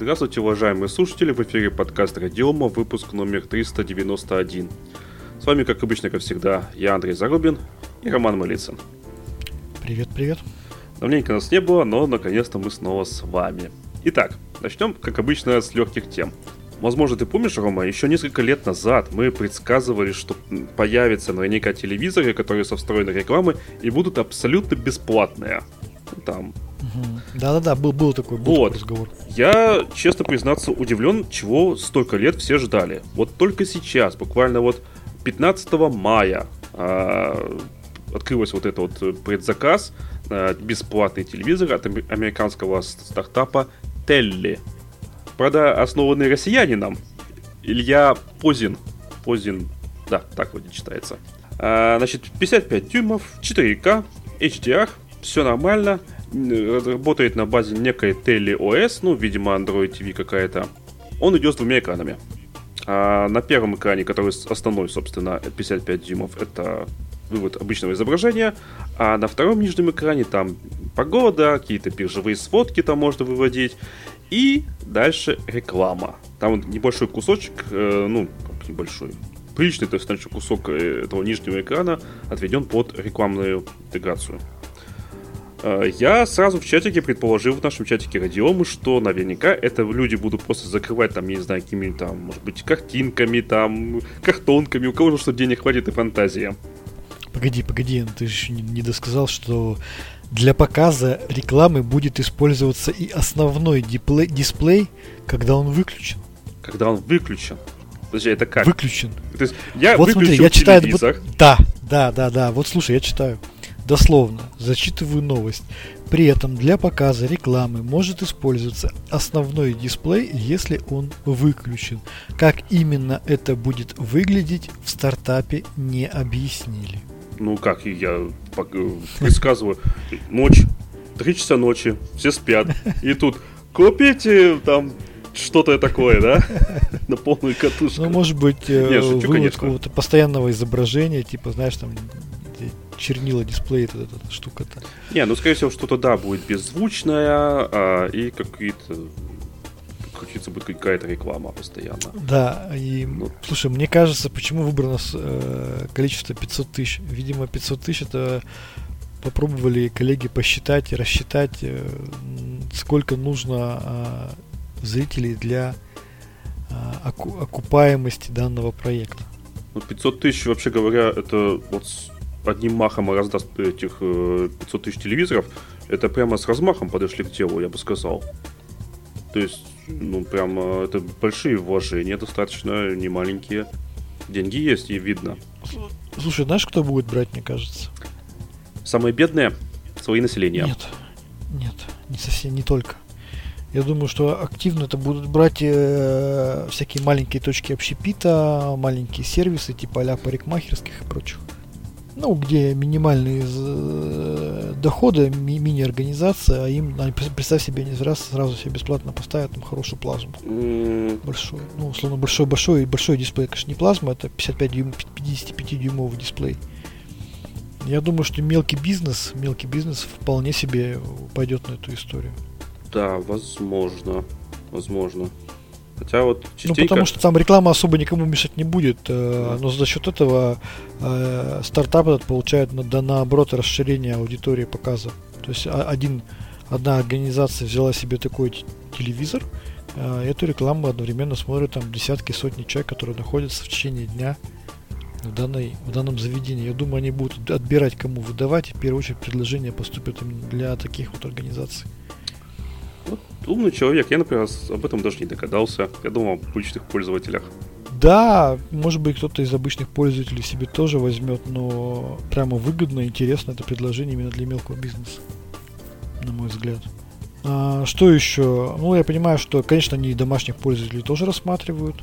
Здравствуйте, уважаемые слушатели, в эфире подкаст Радиома, выпуск номер 391. С вами, как обычно, как всегда, я Андрей Зарубин и Роман Малицын. Привет. Давненько нас не было, но наконец-то мы снова с вами. Итак, начнем, как обычно, с легких тем. Возможно, ты помнишь, Рома, еще несколько лет назад мы предсказывали, что появятся наверняка телевизоры, которые со встроенной рекламой и будут абсолютно бесплатные. Там. Да-да-да, был такой разговор. Я, честно признаться, удивлен, чего столько лет все ждали. Вот только сейчас, буквально вот 15 мая, открылся вот этот вот предзаказ на бесплатный телевизор от американского стартапа Telly. Правда, основанный россиянином Илья Позин. Да, так вот читается. Значит, 55 дюймов, 4К, HDR, все нормально. Работает на базе некой Telly OS, ну, видимо, Android TV какая-то. Он идет с двумя экранами. На первом экране, который основной, собственно, 55 дюймов, это вывод обычного изображения. А на втором нижнем экране там погода, какие-то биржевые сводки там можно выводить. И дальше реклама. Там вот небольшой кусочек, небольшой, приличный, то есть, значит, кусок этого нижнего экрана отведен под рекламную интеграцию. Я сразу в чатике предположил, в нашем чатике Радиомы, что наверняка это люди будут просто закрывать там, я не знаю, какими-то там, может быть, картинками, там, картонками, у кого что денег хватит и фантазия. Погоди, ты же еще не досказал, что для показа рекламы будет использоваться и основной дисплей, когда он выключен. Когда он выключен? Подожди, это как? Выключен. То есть я вот выключил смотри, я читаю, телевизор. Да. Вот слушай, я читаю. Дословно, зачитываю новость. При этом для показа рекламы может использоваться основной дисплей, если он выключен. Как именно это будет выглядеть, в стартапе не объяснили. Ну как, я предсказываю. Ночь, 3 часа ночи, все спят. И тут купите там что-то такое, да? На полную катушку. Ну, может быть, вывод какого-то постоянного изображения, типа, знаешь, там чернила дисплея, эта штука-то. Не, ну, скорее всего, что-то, да, будет беззвучное, и какие-то будет какая-то реклама постоянно. Да, и, слушай, мне кажется, почему выбрано количество 500 тысяч? Видимо, 500 тысяч это попробовали коллеги посчитать и рассчитать, сколько нужно зрителей для окупаемости данного проекта. Ну, 500 тысяч, вообще говоря, это вот одним махом раздаст этих 500 тысяч телевизоров. Это прямо с размахом подошли к делу, я бы сказал. То есть, прямо это большие вложения, достаточно не маленькие. Деньги есть и видно. Слушай, знаешь, кто будет брать, мне кажется? Самые бедные? Свои населения. Нет, не совсем, не только. Я думаю, что активно это будут брать всякие маленькие точки общепита, маленькие сервисы типа а-ля парикмахерских и прочих. Ну, где минимальные доходы, мини-организация, а им, представь себе, они сразу себе бесплатно поставят там хорошую плазму. Большой. Ну, условно, большой дисплей, конечно, не плазма, это 55-дюймовый дисплей. Я думаю, что мелкий бизнес вполне себе пойдет на эту историю. Да, возможно. Хотя вот частенько... Ну, потому что там реклама особо никому мешать не будет, но за счет этого стартап этот получает наоборот расширение аудитории показа. То есть одна организация взяла себе такой телевизор, эту рекламу одновременно смотрят там десятки, сотни человек, которые находятся в течение дня в данном заведении. Я думаю, они будут отбирать, кому выдавать, и в первую очередь предложения поступят именно для таких вот организаций. Вот умный человек, я, например, об этом даже не догадался. Я думал об обычных пользователях. Да, может быть, кто-то из обычных пользователей себе тоже возьмет, но прямо выгодно и интересно это предложение именно для мелкого бизнеса, на мой взгляд. Что еще? Ну, я понимаю, что, конечно, они домашних пользователей тоже рассматривают.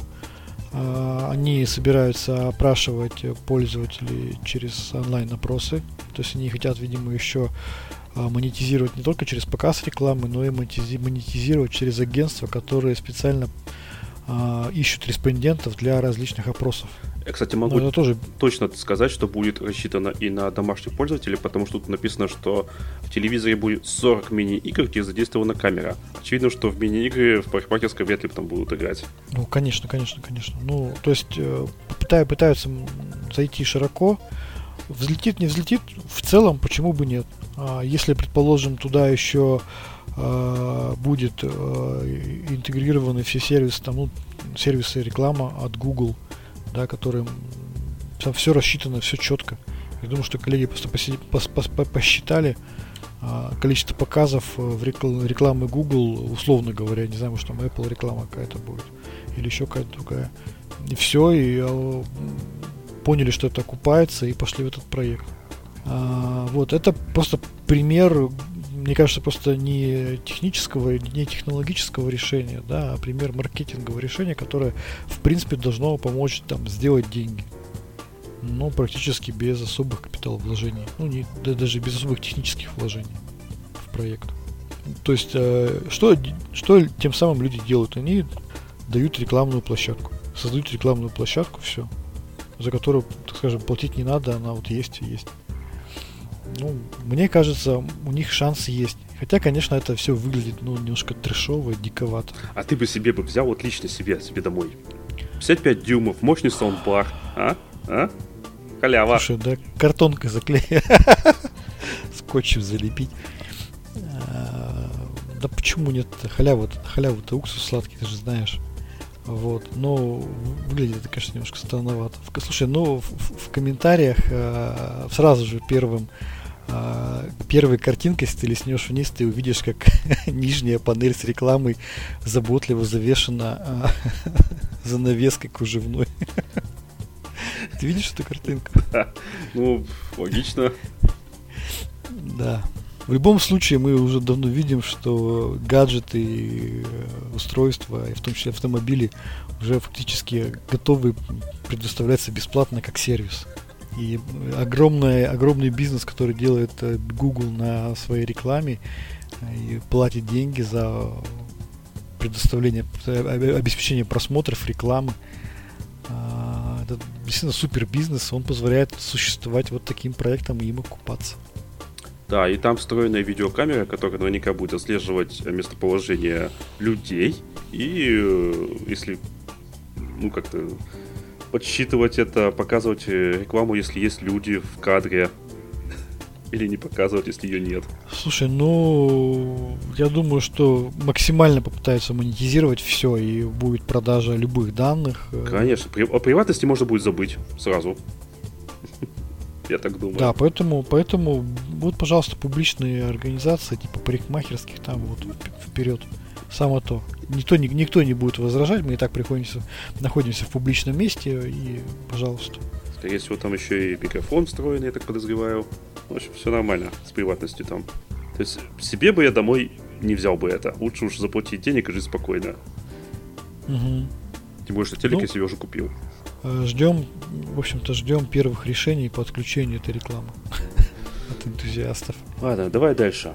Они собираются опрашивать пользователей через онлайн-опросы. То есть они хотят, видимо, еще монетизировать не только через показ рекламы, но и монетизировать через агентства, которые специально ищут респондентов для различных опросов. Я, кстати, могу это тоже... точно сказать, что будет рассчитано и на домашних пользователей, потому что тут написано, что в телевизоре будет 40 мини-игр, где задействована камера. Очевидно, что в мини-игры в парикмахерской вряд ли там будут играть. Ну, конечно. Ну, то есть пытаются зайти широко. Взлетит, не взлетит, в целом, почему бы нет? Если, предположим, туда еще будет интегрированы все сервисы, там, ну, сервисы реклама от Google, да, которым там все рассчитано, все четко. Я думаю, что коллеги просто посчитали количество показов в рекламы Google, условно говоря, не знаю, может там Apple реклама какая-то будет, или еще какая-то другая. И все, и поняли, что это окупается, и пошли в этот проект. Вот, это просто пример, мне кажется, просто не технического, не технологического решения, да, а пример маркетингового решения, которое, в принципе, должно помочь там сделать деньги. Но практически без особых капиталовложений. Ну, даже без особых технических вложений в проект. То есть, что тем самым люди делают? Они дают рекламную площадку. Создают рекламную площадку, все. За которую, так скажем, платить не надо, она вот есть и есть. Ну, мне кажется, у них шансы есть. Хотя, конечно, это все выглядит, ну, немножко трэшово, диковато. А ты бы себе взял вот лично себе домой 55 дюймов, мощный саундбар, а? Халява. Слушай, да картонкой заклеить, скотчем залепить. Да почему нет? Халява-то уксус сладкий, ты же знаешь. Вот, но выглядит это, конечно, немножко странновато. Слушай, ну в комментариях сразу же первой картинкой, если ты листнешь вниз, ты увидишь, как нижняя панель с рекламой заботливо завешена занавеской кружевной. Ты видишь эту картинку? Да. Ну, логично. Да. В любом случае, мы уже давно видим, что гаджеты, устройства, и в том числе автомобили, уже фактически готовы предоставляться бесплатно как сервис. И огромный бизнес, который делает Google на своей рекламе и платит деньги за предоставление, обеспечение просмотров, рекламы. Это действительно супер бизнес, он позволяет существовать вот таким проектам и им окупаться. Да, и там встроенная видеокамера, которая наверняка будет отслеживать местоположение людей. И если, ну, как-то подсчитывать это, показывать рекламу, если есть люди в кадре. Или не показывать, если ее нет. Слушай, ну, я думаю, что максимально попытаются монетизировать все, и будет продажа любых данных. Конечно, о приватности можно будет забыть сразу. Я так думаю. Да, поэтому вот, пожалуйста, публичные организации, типа парикмахерских, там вот вперед. Само то. Никто не будет возражать, мы и так находимся в публичном месте, и пожалуйста. Скорее всего, там еще и микрофон встроенный, я так подозреваю. В общем, все нормально с приватностью там. То есть себе бы я домой не взял бы это. Лучше уж заплатить денег и жить спокойно. Угу. Тем более, что телек я себе уже купил. Ждем первых решений по отключению этой рекламы от энтузиастов. Ладно, давай дальше.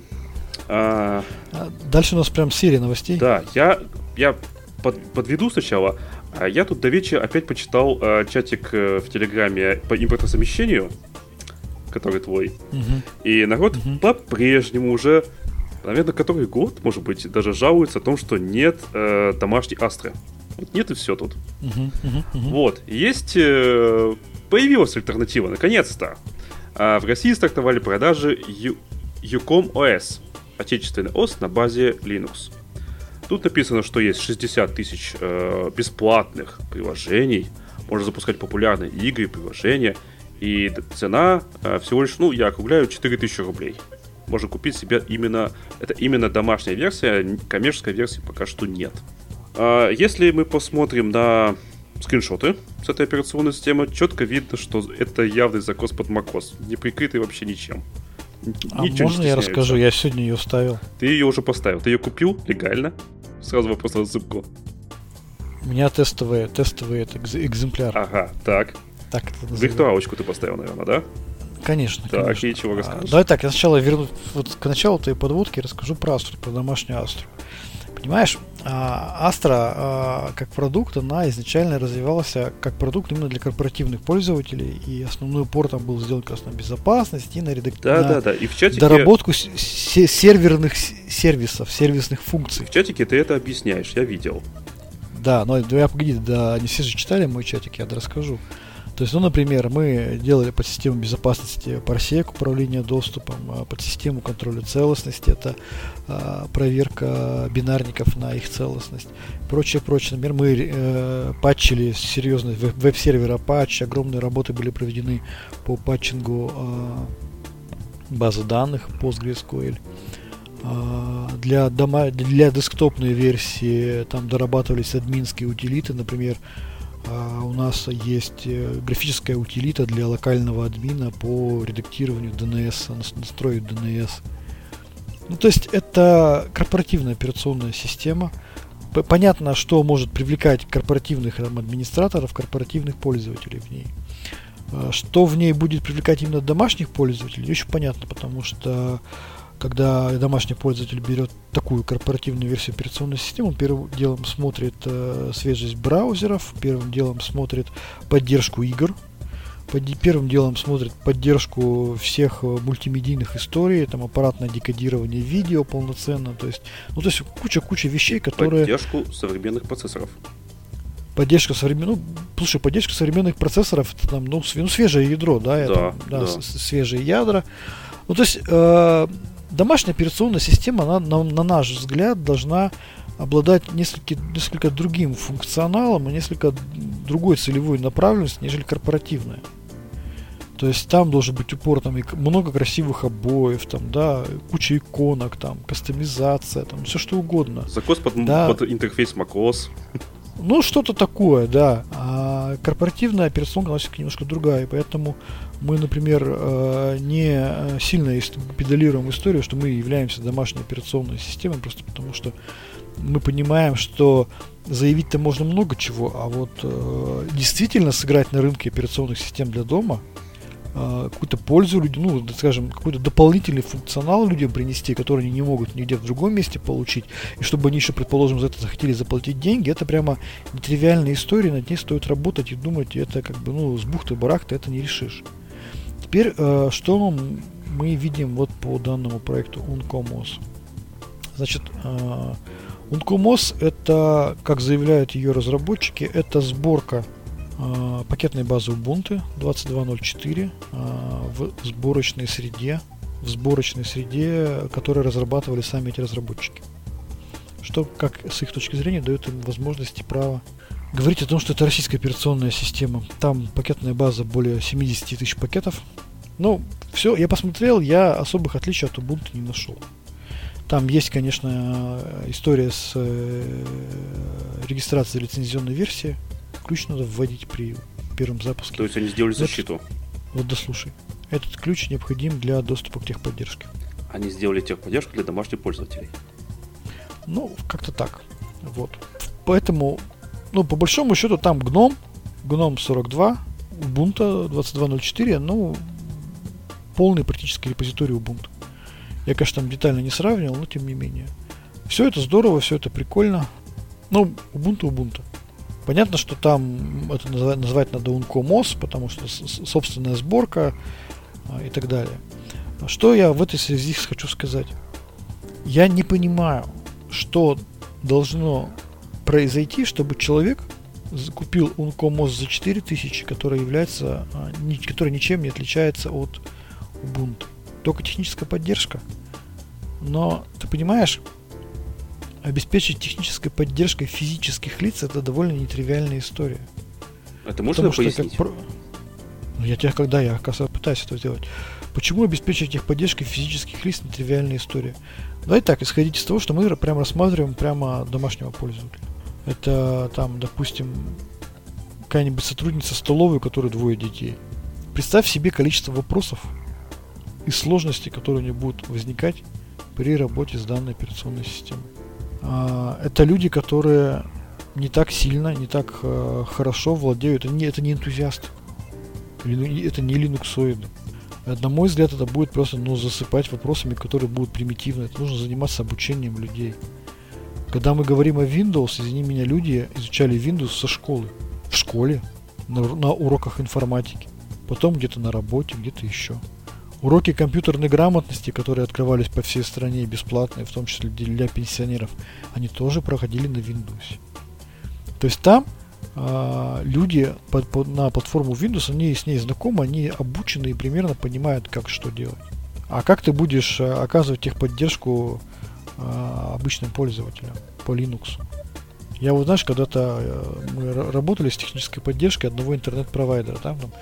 Дальше у нас прям серия новостей. Да, я подведу сначала. Я тут до вечера опять почитал чатик в Телеграме по импортозамещению, который твой. И народ по-прежнему уже, наверное, который год, может быть, даже жалуется о том, что нет домашней Астры. Вот нет и все тут. Вот, есть... появилась альтернатива, наконец-то. В России стартовали продажи Ucom OS, отечественный ОС на базе Linux. Тут написано, что есть 60 тысяч бесплатных приложений, можно запускать популярные игры, приложения, и цена всего лишь, ну, я округляю, 4000 рублей. Можно купить себе именно домашняя версия, коммерческой версии пока что нет. Если мы посмотрим на скриншоты с этой операционной системы, четко видно, что это явный закос под macOS, не прикрытый вообще ничем. Можно я расскажу? Я сегодня ее ставил. Ты ее уже поставил. Ты ее купил легально? Сразу вопрос на рассыпку. У меня тестовый экземпляр. Ага, так. Так это называется. Виртуалочку ты поставил, наверное, да? Конечно, так, конечно. И чего расскажешь? Давай так, я сначала вернусь вот к началу твоей подводки и расскажу про Астру, про домашнюю Астру. Понимаешь, Astra как продукт, она изначально развивалась как продукт именно для корпоративных пользователей, и основной упор там был сделан как раз на безопасность и на, И в чатике... доработку серверных сервисов, сервисных функций. В чатике ты это объясняешь, я видел. Да, но погоди, да, не все же читали мой чатик, я расскажу. То есть, например, мы делали под систему безопасности парсек управления доступом, под систему контроля целостности, это проверка бинарников на их целостность, прочее. Например, мы патчили серьезный веб-сервер Apache, огромные работы были проведены по патчингу базы данных PostgreSQL. Для десктопной версии там дорабатывались админские утилиты, например, у нас есть графическая утилита для локального админа по редактированию DNS, настроить DNS. Ну, то есть это корпоративная операционная система. Понятно, что может привлекать корпоративных администраторов, корпоративных пользователей в ней. Что в ней будет привлекать именно домашних пользователей, еще понятно, потому что когда домашний пользователь берет такую корпоративную версию операционной системы, он первым делом смотрит свежесть браузеров, первым делом смотрит поддержку игр, первым делом смотрит поддержку всех мультимедийных историй, там аппаратное декодирование видео полноценно, то есть куча вещей, которые... Поддержку современных процессоров. Поддержка современных процессоров, это там, свежее ядро, свежие ядра. Ну, то есть, домашняя операционная система, она, на наш взгляд, должна обладать несколько другим функционалом и несколько другой целевой направленностью, нежели корпоративная. То есть там должен быть упор, там и много красивых обоев, там, да, куча иконок, там, кастомизация, там, все что угодно. Закос под интерфейс macOS. Ну, что-то такое, да. А корпоративная операционка, она все-таки немножко другая, и поэтому мы, например, не сильно педалируем историю, что мы являемся домашней операционной системой, просто потому что мы понимаем, что заявить-то можно много чего, а вот действительно сыграть на рынке операционных систем для дома, какую-то пользу людям, какой-то дополнительный функционал людям принести, который они не могут нигде в другом месте получить, и чтобы они еще, предположим, за это захотели заплатить деньги, это прямо нетривиальная история, над ней стоит работать и думать, и это с бухты-барахты это не решишь. Теперь, что мы видим вот по данному проекту UNCOMOS. Значит, UNCOMOS это, как заявляют ее разработчики, это сборка пакетной базы Ubuntu 22.04 в сборочной среде, которую разрабатывали сами эти разработчики. Что, как с их точки зрения, дает им возможность и право говорить о том, что это российская операционная система. Там пакетная база более 70 тысяч пакетов. Ну, все, я посмотрел, я особых отличий от Ubuntu не нашел. Там есть, конечно, история с регистрацией лицензионной версии. Ключ надо вводить при первом запуске. То есть они сделали защиту? Вот дослушай. Этот ключ необходим для доступа к техподдержке. Они сделали техподдержку для домашних пользователей? Ну, как-то так. Вот. Поэтому, по большому счету, там GNOME 42, Ubuntu 22.04, полный практически репозиторий Ubuntu. Я, конечно, там детально не сравнивал, но тем не менее. Все это здорово, все это прикольно. Ubuntu. Понятно, что там это называть надо UNCOMOS, потому что собственная сборка и так далее. Что я в этой связи хочу сказать? Я не понимаю, что должно произойти, чтобы человек купил UNCOMOS за 4000, который ничем не отличается от Ubuntu. Только техническая поддержка. Но ты понимаешь, обеспечить технической поддержкой физических лиц — это довольно нетривиальная история. Это можно пояснить? Я пытаюсь это сделать. Почему обеспечить техподдержкой физических лиц — нетривиальная история? Давай так, исходить из того, что мы прямо рассматриваем домашнего пользователя. Это там, допустим, какая-нибудь сотрудница столовой, у которой 2 детей. Представь себе количество вопросов и сложностей, которые у нее будут возникать при работе с данной операционной системой. Это люди, которые не так сильно, не так хорошо владеют. Это не энтузиасты. Это не линуксоиды. На мой взгляд, это будет просто засыпать вопросами, которые будут примитивны. Это нужно заниматься обучением людей. Когда мы говорим о Windows, извини меня, люди изучали Windows со школы. В школе, на уроках информатики. Потом где-то на работе, где-то еще. Уроки компьютерной грамотности, которые открывались по всей стране бесплатные, в том числе для пенсионеров, они тоже проходили на Windows. То есть там люди на платформу Windows, они с ней знакомы, они обучены и примерно понимают, как что делать. А как ты будешь оказывать техподдержку обычным пользователям по Linux? Я вот, знаешь, когда-то мы работали с технической поддержкой одного интернет-провайдера,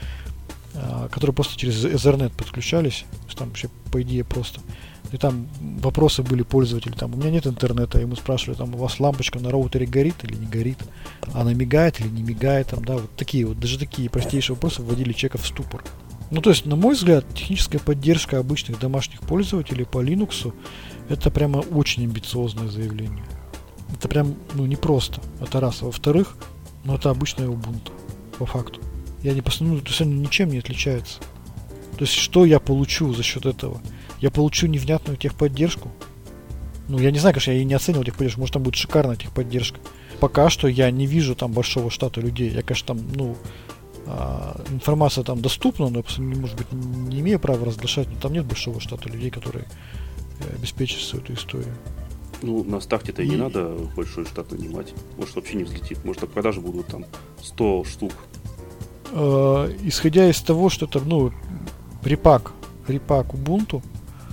которые просто через Ethernet подключались, там вообще по идее просто. И там вопросы были пользователей, там, у меня нет интернета, и мы спрашивали, там, у вас лампочка на роутере горит или не горит, она мигает или не мигает, там, да, вот такие вот, даже такие простейшие вопросы вводили человека в ступор. Ну, то есть, на мой взгляд, техническая поддержка обычных домашних пользователей по Linux это прямо очень амбициозное заявление. Это прям, непросто, это раз. А во-вторых, это обычная Ubuntu, по факту. Я не посмотрю, то есть они ничем не отличаются. То есть, что я получу за счет этого? Я получу невнятную техподдержку. Я не знаю, конечно, я и не оценивал техподдержку. Может, там будет шикарная техподдержка. Пока что я не вижу там большого штата людей. Я, конечно, там, информация там доступна, но я, может быть, не имею права разглашать, но там нет большого штата людей, которые обеспечат всю эту историю. На старте-то и не надо большой штат нанимать. Может, вообще не взлетит. Может, продажи будут там 100 штук. Исходя из того, что это, репак Ubuntu,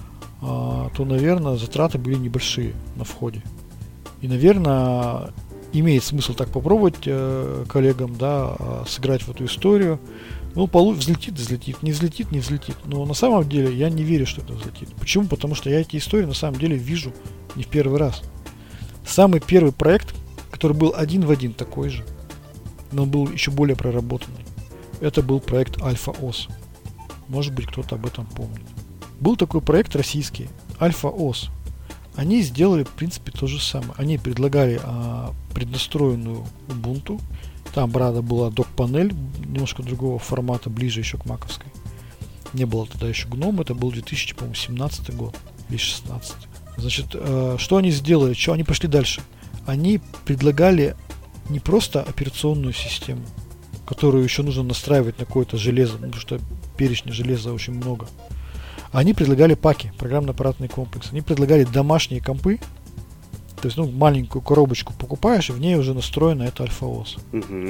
то, наверное, затраты были небольшие на входе. И, наверное, имеет смысл так попробовать коллегам, сыграть в эту историю. Взлетит, не взлетит. Но на самом деле я не верю, что это взлетит. Почему? Потому что я эти истории на самом деле вижу не в первый раз. Самый первый проект, который был один в один такой же, но был еще более проработанный, это был проект Alpha-OS. Может быть, кто-то об этом помнит. Был такой проект российский, Alpha-OS. Они сделали, в принципе, то же самое. Они предлагали преднастроенную Ubuntu. Там, правда, была док-панель немножко другого формата, ближе еще к маковской. Не было тогда еще GNOME, это был 2017 год или 2016. Значит, что они сделали? Что они пошли дальше? Они предлагали не просто операционную систему, которую еще нужно настраивать на какое-то железо, потому что перечня железа очень много. Они предлагали паки, программно-аппаратный комплекс. Они предлагали домашние компы. То есть, маленькую коробочку покупаешь, и в ней уже настроена эта Alpha-OS.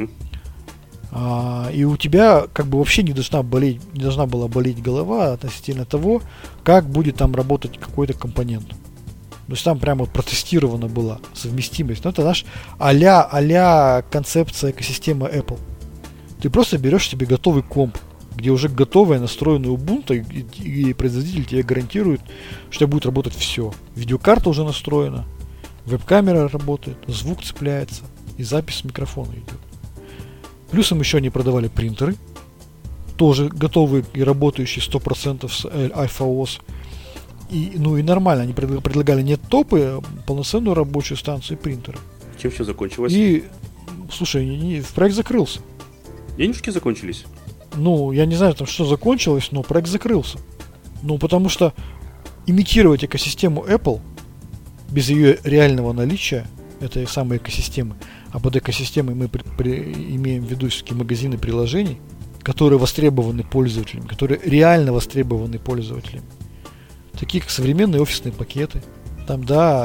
И у тебя вообще не должна была болеть голова относительно того, как будет там работать какой-то компонент. То есть там прямо протестирована была совместимость. Это наш а-ля концепция экосистемы Apple. Ты просто берешь себе готовый комп, где уже готовая настроенная Ubuntu, и производитель тебе гарантирует, что будет работать все. Видеокарта уже настроена, веб-камера работает, звук цепляется, и запись с микрофона идет. Плюсом еще они продавали принтеры, тоже готовые и работающие 100% с Alpha-OS. И нормально, они предлагали не топы, полноценную рабочую станцию и принтеры. Чем все закончилось? И, слушай, проект закрылся. Денежки закончились? Я не знаю, что закончилось, но проект закрылся. Потому что имитировать экосистему Apple без ее реального наличия, этой самой экосистемы, а под экосистемой мы имеем в виду все-таки магазины приложений, которые востребованы пользователями, которые реально востребованы пользователями. Такие как современные офисные пакеты, там,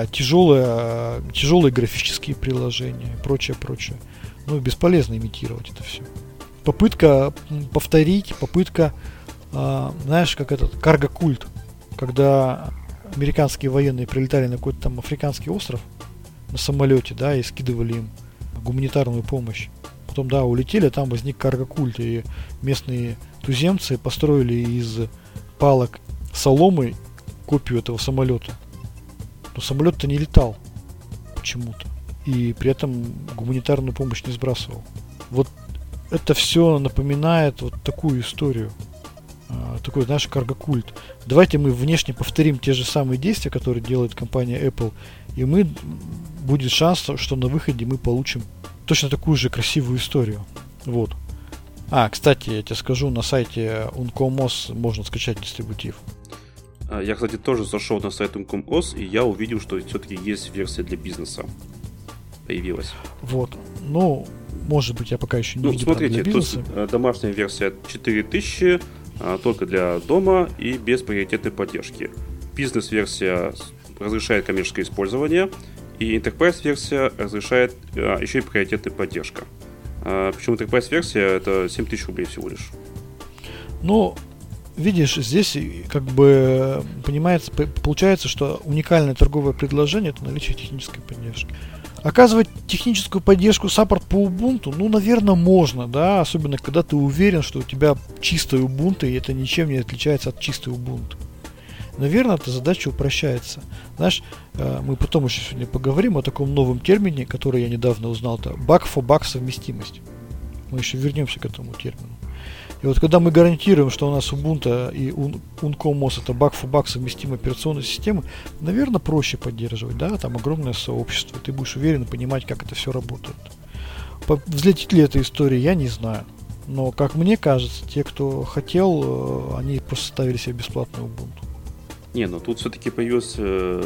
тяжелые графические приложения, прочее. Бесполезно имитировать это все. Попытка повторить, знаешь, как этот карго-культ, когда американские военные прилетали на какой-то там африканский остров на самолете, и скидывали им гуманитарную помощь. Потом, улетели, а там возник карго-культ, и местные туземцы построили из палок соломы копию этого самолета. Но самолет-то не летал почему-то. И при этом гуманитарную помощь не сбрасывал. Вот это все напоминает вот такую историю. Такой, знаешь, карго-культ. Давайте мы внешне повторим те же самые действия, которые делает компания Apple, и будет шанс, что на выходе мы получим точно такую же красивую историю. Вот. Кстати, я тебе скажу, на сайте Uncomos можно скачать дистрибутив. Я, кстати, тоже зашел на сайт Uncomos, и я увидел, что все-таки есть версия для бизнеса. появилась. Вот. Ну, может быть, я пока еще не видел смотрите, для бизнеса. тут домашняя версия 4000, только для дома и без приоритетной поддержки. Бизнес-версия разрешает коммерческое использование, и Enterprise-версия разрешает еще и приоритетная поддержка. Причем Enterprise-версия это 7000 рублей всего лишь. Ну, видишь, здесь как бы получается, что уникальное торговое предложение это наличие технической поддержки. Оказывать техническую поддержку, саппорт по Ubuntu, ну, наверное, можно, да, особенно когда ты уверен, что у тебя чистое Ubuntu, и это ничем не отличается от чистой Ubuntu. Наверное, эта задача упрощается. Знаешь, мы потом еще сегодня поговорим о таком новом термине, который я недавно узнал, это bug-for-bug совместимость. Мы еще вернемся к этому термину. И вот когда мы гарантируем, что у нас Ubuntu и Uncomos это bug-for-bug совместимые операционные системы, наверное, проще поддерживать, да, там огромное сообщество, ты будешь уверенно понимать, как это все работает. Взлетит ли эта история, я не знаю. Но, как мне кажется, те, кто хотел, они просто ставили себе бесплатную Ubuntu. Не, но тут все-таки появилась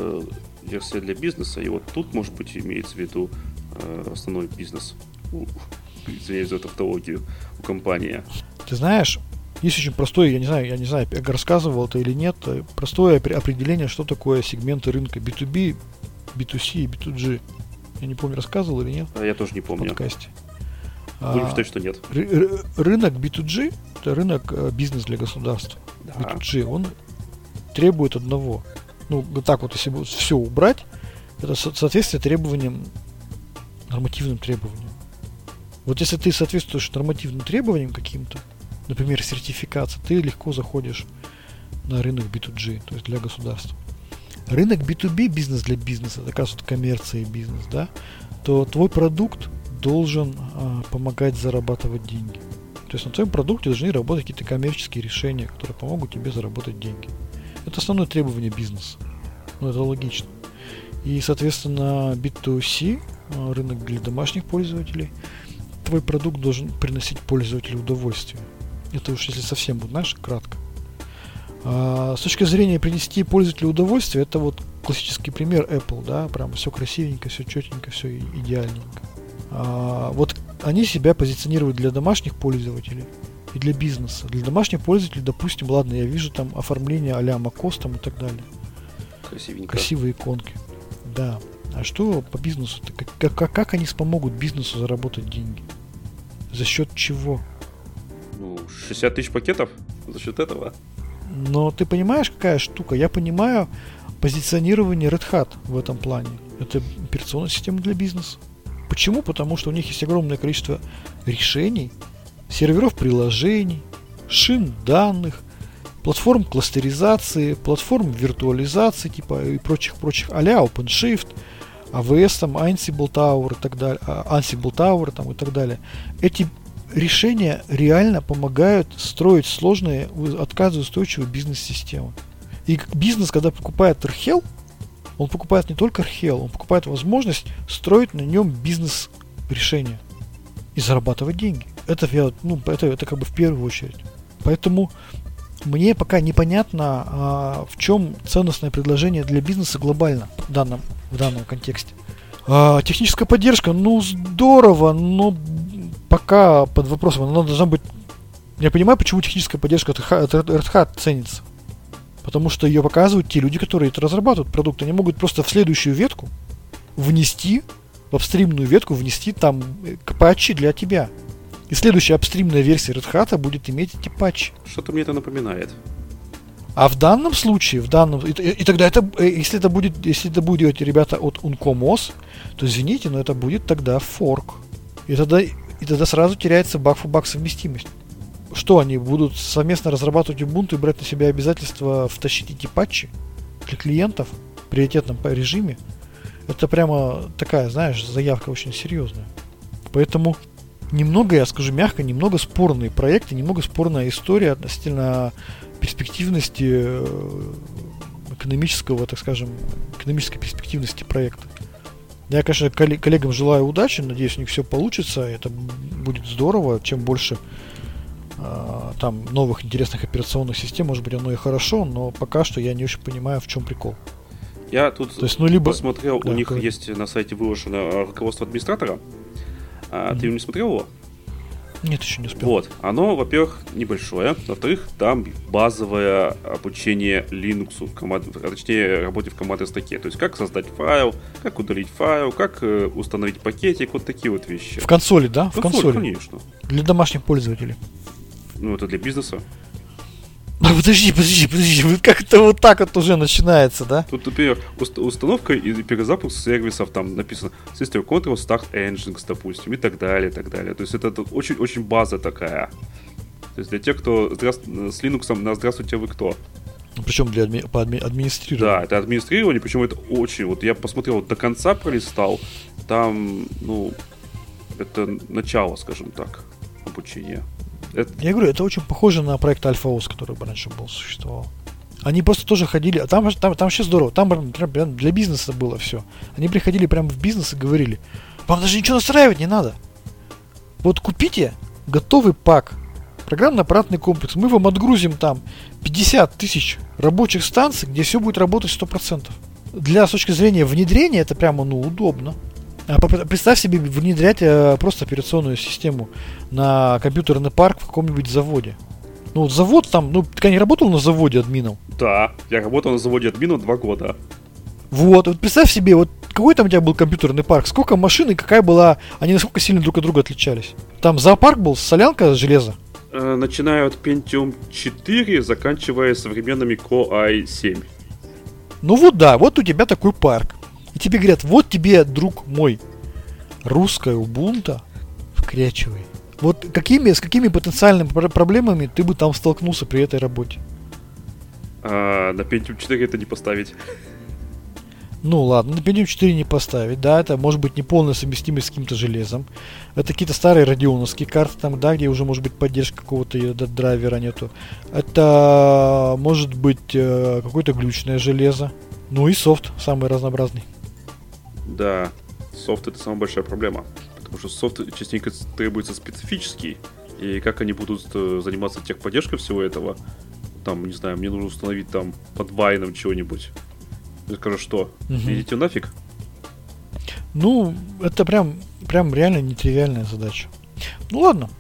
версия для бизнеса, и вот тут, может быть, имеется в виду основной бизнес. Извиняюсь за тавтологию у компании. Ты знаешь, есть очень простое, я не знаю, я рассказывал это или нет, простое определение, что такое сегменты рынка B2B, B2C и B2G. Я не помню, рассказывал или нет. Я тоже не помню. В подкасте. Будем считать, что нет. Рынок B2G это рынок бизнес для государства. Да. B2G, он требует одного. Ну, вот так вот, если все убрать, это соответствие требованиям, нормативным требованиям. Вот если ты соответствуешь нормативным требованиям каким-то, например, сертификация, ты легко заходишь на рынок B2G, то есть для государства. Рынок B2B, бизнес для бизнеса, это как раз вот коммерция и бизнес, да, то твой продукт должен помогать зарабатывать деньги. То есть на твоем продукте должны работать какие-то коммерческие решения, которые помогут тебе заработать деньги. Это основное требование бизнеса. Ну, это логично. И, соответственно, B2C, рынок для домашних пользователей, твой продукт должен приносить пользователю удовольствие. Это уж если совсем, знаешь, кратко. С точки зрения принести пользователю удовольствие, это вот классический пример Apple, да, прям все красивенько, все четенько, все идеальненько. Вот они себя позиционируют для домашних пользователей и для бизнеса. Для домашних пользователей, допустим, ладно, я вижу там оформление а-ля macOS там и так далее. Красивенько. Красивые иконки. Да. А что по бизнесу? Как они помогут бизнесу заработать деньги? За счет чего? Ну, 60 тысяч пакетов за счет этого. Но ты понимаешь, какая штука? Я понимаю позиционирование Red Hat в этом плане. Это операционная система для бизнеса. Почему? Потому что у них есть огромное количество решений, серверов приложений, шин данных, платформ кластеризации, платформ виртуализации типа и прочих а-ля OpenShift, AWS, там, Ansible Tower и так далее, Ansible Tower там, и так далее. Эти решения реально помогают строить сложные, отказоустойчивые бизнес-системы. И бизнес, когда покупает RHEL, он покупает не только RHEL, он покупает возможность строить на нем бизнес-решения и зарабатывать деньги. Это как бы в первую очередь. Поэтому мне пока непонятно, в чем ценностное предложение для бизнеса глобально в данном контексте. Техническая поддержка, ну здорово, но пока под вопросом. Она должна быть... Я понимаю, почему техническая поддержка от Red Hat ценится. Потому что ее показывают те люди, которые это разрабатывают продукт. Они могут просто в следующую ветку внести, в апстримную ветку внести там патчи для тебя. И следующая апстримная версия Red Hat будет иметь эти патчи. Что-то мне это напоминает. А в данном случае, и тогда если это будет делать ребята от Uncomos, то извините, но это будет тогда форк. И тогда сразу теряется bug-for-bug совместимость. Что, они будут совместно разрабатывать Ubuntu и брать на себя обязательство втащить эти патчи для клиентов в приоритетном режиме? Это прямо такая, знаешь, заявка очень серьезная. Поэтому немного, я скажу мягко, немного спорные проекты, немного спорная история относительно перспективности экономического, так скажем, экономической перспективности проекта. Я, конечно, коллегам желаю удачи, надеюсь, у них все получится, это будет здорово, чем больше там новых интересных операционных систем, может быть, оно и хорошо, но пока что я не очень понимаю, в чем прикол. Я тут То есть, ну, либо... посмотрел, Да, у них говори. есть на сайте выложено руководство администратора. Ты его не смотрел его? Нет, еще не успел. Вот, оно, во-первых, небольшое, во-вторых, там базовое обучение Linux, точнее, работе в командной строке. То есть, как создать файл, как удалить файл, как установить пакетик, вот такие вот вещи. В консоли, да? В консоли. Конечно. Для домашних пользователей. Ну, это для бизнеса. Ну, подожди, вот как это вот так вот уже начинается, да? Тут, например, установка и перезапуск сервисов, там написано System Control Start Engines, допустим, и так далее, и так далее. То есть это очень-очень база такая. То есть для тех, кто с Linux, на здравствуйте, вы кто? Причем для администрирования. Да, это администрирование, причем это очень... Вот я посмотрел, вот до конца пролистал, там, ну, это начало, скажем так, обучения. Я говорю, это очень похоже на проект Альфа-ОС, который раньше был, существовал. Они просто тоже ходили, там вообще здорово, там прям для бизнеса было все. Они приходили прямо в бизнес и говорили, вам даже ничего настраивать не надо. Вот купите готовый пак, программно-аппаратный комплекс, мы вам отгрузим там 50 тысяч рабочих станций, где все будет работать 100%. С точки зрения внедрения это прямо, ну, удобно. Представь себе внедрять просто операционную систему на компьютерный парк в каком-нибудь заводе. Ну вот завод там, ну ты не работал на заводе админом? Да, я работал на заводе админом 2 года. Вот представь себе, вот какой там у тебя был компьютерный парк, сколько машин и какая была, они насколько сильно друг от друга отличались. Там зоопарк был, солянка железа. Начиная от Pentium 4, заканчивая современными Core i7. Ну вот да, вот у тебя такой парк. И тебе говорят, вот тебе, друг мой, русская Ubuntu вкрячивай. Вот с какими потенциальными проблемами ты бы там столкнулся при этой работе? На Pentium 4 это не поставить. Ну ладно, на Pentium 4 не поставить, да, это может быть не полная совместимость с каким-то железом. Это какие-то старые радионовские карты, там, да, где уже может быть поддержка какого-то драйвера нету. Это может быть какое-то глючное железо. Ну и софт самый разнообразный. Да, софт это самая большая проблема. Потому что софт частенько требуется специфический. И как они будут заниматься техподдержкой всего этого? Там, не знаю, мне нужно установить там под Вайном чего-нибудь. Я скажу, что? Идите нафиг? Ну, это прям реально нетривиальная задача. Ну ладно.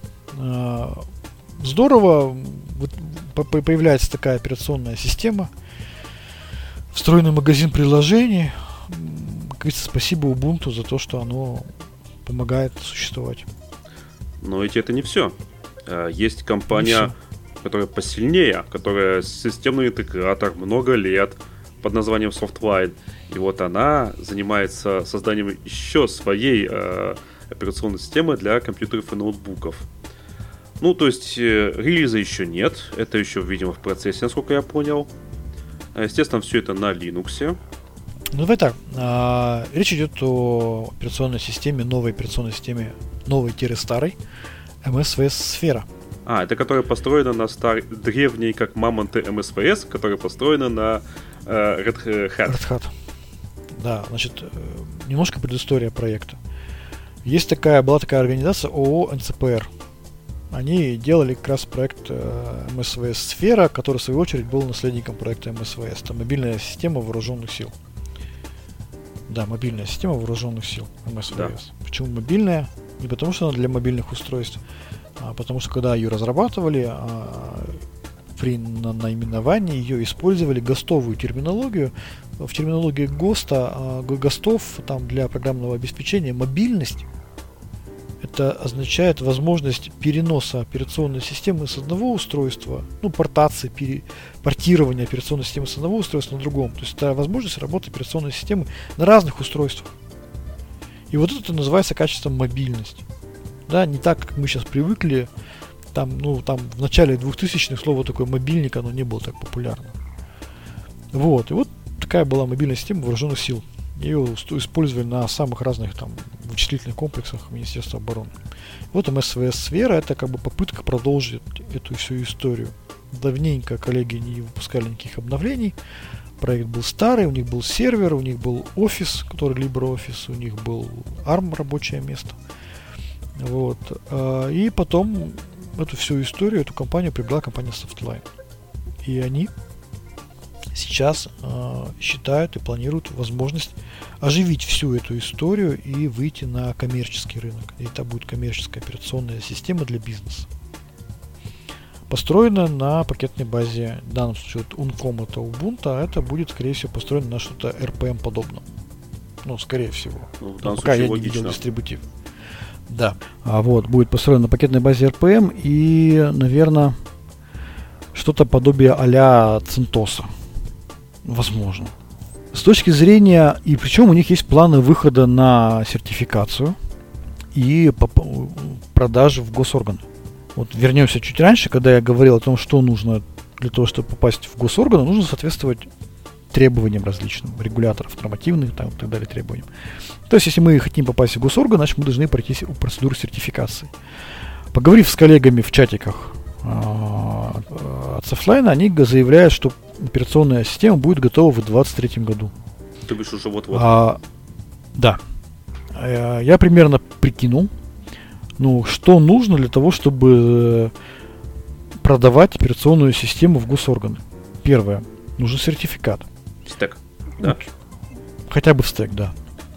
Здорово. Вот появляется такая операционная система. Встроенный магазин приложений. Как говорится, спасибо Ubuntu за то, что оно помогает существовать. Но ведь это не все. Есть компания, которая посильнее, которая системный интегратор много лет под названием Softwine. И вот она занимается созданием еще своей операционной системы для компьютеров и ноутбуков. Ну, то есть релиза еще нет. Это еще, видимо, в процессе, насколько я понял. Естественно, все это на Linux. Ну, давай так. Речь идет о операционной системе, новой операционной системе, новой-старой, MSVS Сфера. Это которая построена на древней, как мамонты MSVS, которая построена на Red Hat. Red Hat. Да, значит, немножко предыстория проекта. Была такая организация ООО НЦПР. Они делали как раз проект MSVS Сфера, который в свою очередь был наследником проекта MSVS. Это мобильная система вооруженных сил. Да, мобильная система вооруженных сил MSVS. Да. Почему мобильная? Не потому что она для мобильных устройств, а потому что когда ее разрабатывали, при наименовании ее использовали ГОСТовую терминологию. В терминологии ГОСТа, ГОСТов там для программного обеспечения мобильность это означает возможность переноса операционной системы с одного устройства, ну, портирования операционной системы с одного устройства на другом. То есть это возможность работы операционной системы на разных устройствах. И вот это называется качеством мобильность. Да, не так, как мы сейчас привыкли. Там в начале 2000-х слово такое мобильник, оно не было так популярно. Вот. И вот такая была мобильная система вооруженных сил. Ее использовали на самых разных там вычислительных комплексах Министерства обороны. Вот MSVS Сфера — это как бы попытка продолжить эту всю историю. Давненько коллеги не выпускали никаких обновлений. Проект был старый, у них был сервер, у них был офис, который LibreOffice, у них был ARM рабочее место. Вот. И потом эту всю историю, эту компанию приобрела компания Softline. И они сейчас считают и планируют возможность оживить всю эту историю и выйти на коммерческий рынок. И это будет коммерческая операционная система для бизнеса. Построена на пакетной базе, в данном случае вот Uncom это Ubuntu, а это будет, скорее всего, построено на что-то RPM подобном. Ну, скорее всего. Ну, в данном пока случае я логично. не видел дистрибутив. Да. Вот, будет построено на пакетной базе RPM и, наверное, что-то подобие а-ля CentOS. Возможно. С точки зрения, и причем у них есть планы выхода на сертификацию и продажи в госорганы. Вот вернемся чуть раньше, когда я говорил о том, что нужно для того, чтобы попасть в госорганы, нужно соответствовать требованиям различным, регуляторов, нормативных там, и так далее требованиям. То есть, если мы хотим попасть в госорган, значит, мы должны пройти процедуру сертификации. Поговорив с коллегами в чатиках от Softline, они заявляют, что операционная система будет готова в 2023 году. Ты говоришь, уже вот-вот. Да. Я примерно прикинул, что нужно для того, чтобы продавать операционную систему в госорганы. Первое. Нужен сертификат. Стек. Да. Хотя бы в стек, да.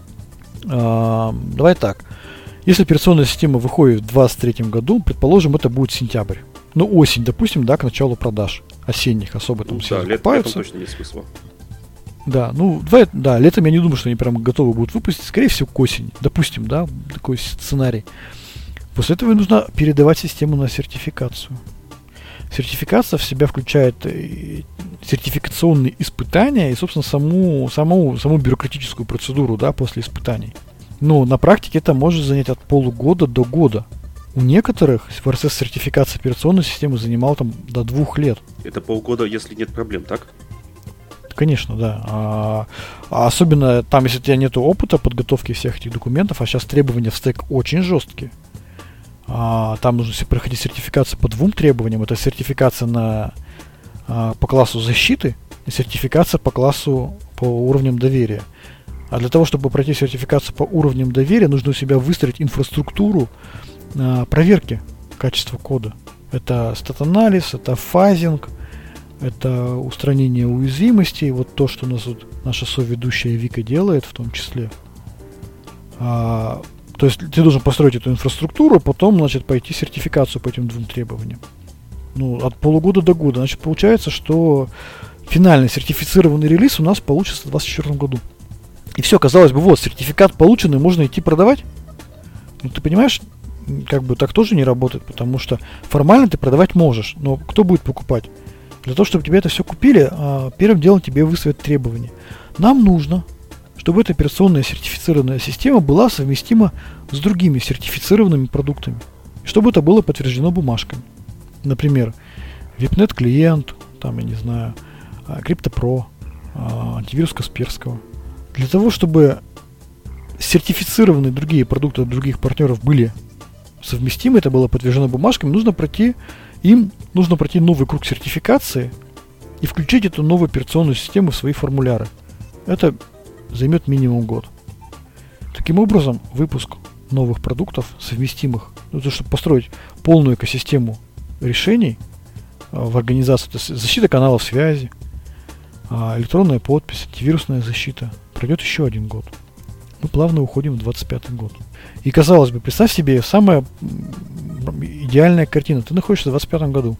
Давай так. Если операционная система выходит в 2023 году, предположим, это будет сентябрь. Осень, допустим, да, к началу продаж. Осенних особо там все закупаются. Летом точно нет смысла. Да, летом я не думаю, что они прям готовы будут выпустить. Скорее всего, к осени. Допустим, да, такой сценарий. После этого нужно передавать систему на сертификацию. Сертификация в себя включает сертификационные испытания и, собственно, саму бюрократическую процедуру, да, после испытаний. Но на практике это может занять от полугода до года. У некоторых процесс сертификации операционной системы занимал там до 2 лет. Это полгода, если нет проблем, так? Конечно, да. Особенно там, если у тебя нет опыта подготовки всех этих документов, а сейчас требования в стек очень жесткие. Там нужно проходить сертификацию по 2 требованиям. Это сертификация по классу защиты и сертификация по классу по уровням доверия. А для того, чтобы пройти сертификацию по уровням доверия, нужно у себя выстроить инфраструктуру проверки качества кода. Это стат-анализ, это фазинг, это устранение уязвимостей. Вот то, что у нас вот наша соведущая Вика делает в том числе. То есть ты должен построить эту инфраструктуру, потом, пойти сертификацию по этим 2 требованиям. От полугода до года. Значит, получается, что финальный сертифицированный релиз у нас получится в 2024 году. И все, казалось бы, сертификат полученный, можно идти продавать. Ты понимаешь, так тоже не работает, потому что формально ты продавать можешь, но кто будет покупать? Для того, чтобы тебе это все купили, первым делом тебе выставят требования. Нам нужно, чтобы эта операционная сертифицированная система была совместима с другими сертифицированными продуктами. И чтобы это было подтверждено бумажками. Например, VIPNet клиент, CryptoPro, антивирус Касперского. Для того, чтобы сертифицированные другие продукты от других партнеров были совместимы, это было подтверждено бумажками, нужно пройти новый круг сертификации и включить эту новую операционную систему в свои формуляры. Это займет минимум год. Таким образом, выпуск новых продуктов, совместимых, чтобы построить полную экосистему решений в организации, то есть защита каналов связи, электронная подпись, антивирусная защита, пройдет еще 1 год. Мы плавно уходим в 2025 год. И казалось бы, представь себе самая идеальная картина. Ты находишься в 2025 году.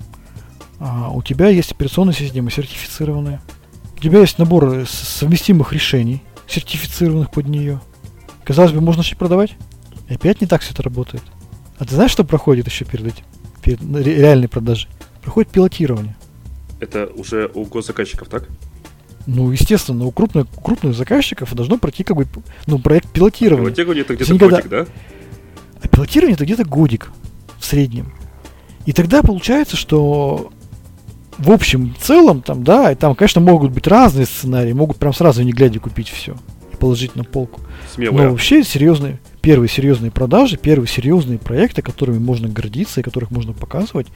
У тебя есть операционная система сертифицированная. У тебя есть набор совместимых решений, сертифицированных под нее. Казалось бы, можно начать продавать. И опять не так все это работает. А ты знаешь, что проходит еще перед этим? Перед реальной продажей? Проходит пилотирование. Это уже у госзаказчиков, так? Естественно, у крупных заказчиков должно пройти проект пилотирования. Пилотирование это где-то годик, да? А пилотирование это где-то годик в среднем. И тогда получается, что в общем целом там, конечно, могут быть разные сценарии, могут прям сразу не глядя купить все и положить на полку. Смело. Но вообще первые серьезные продажи, первые серьезные проекты, которыми можно гордиться и которых можно показывать,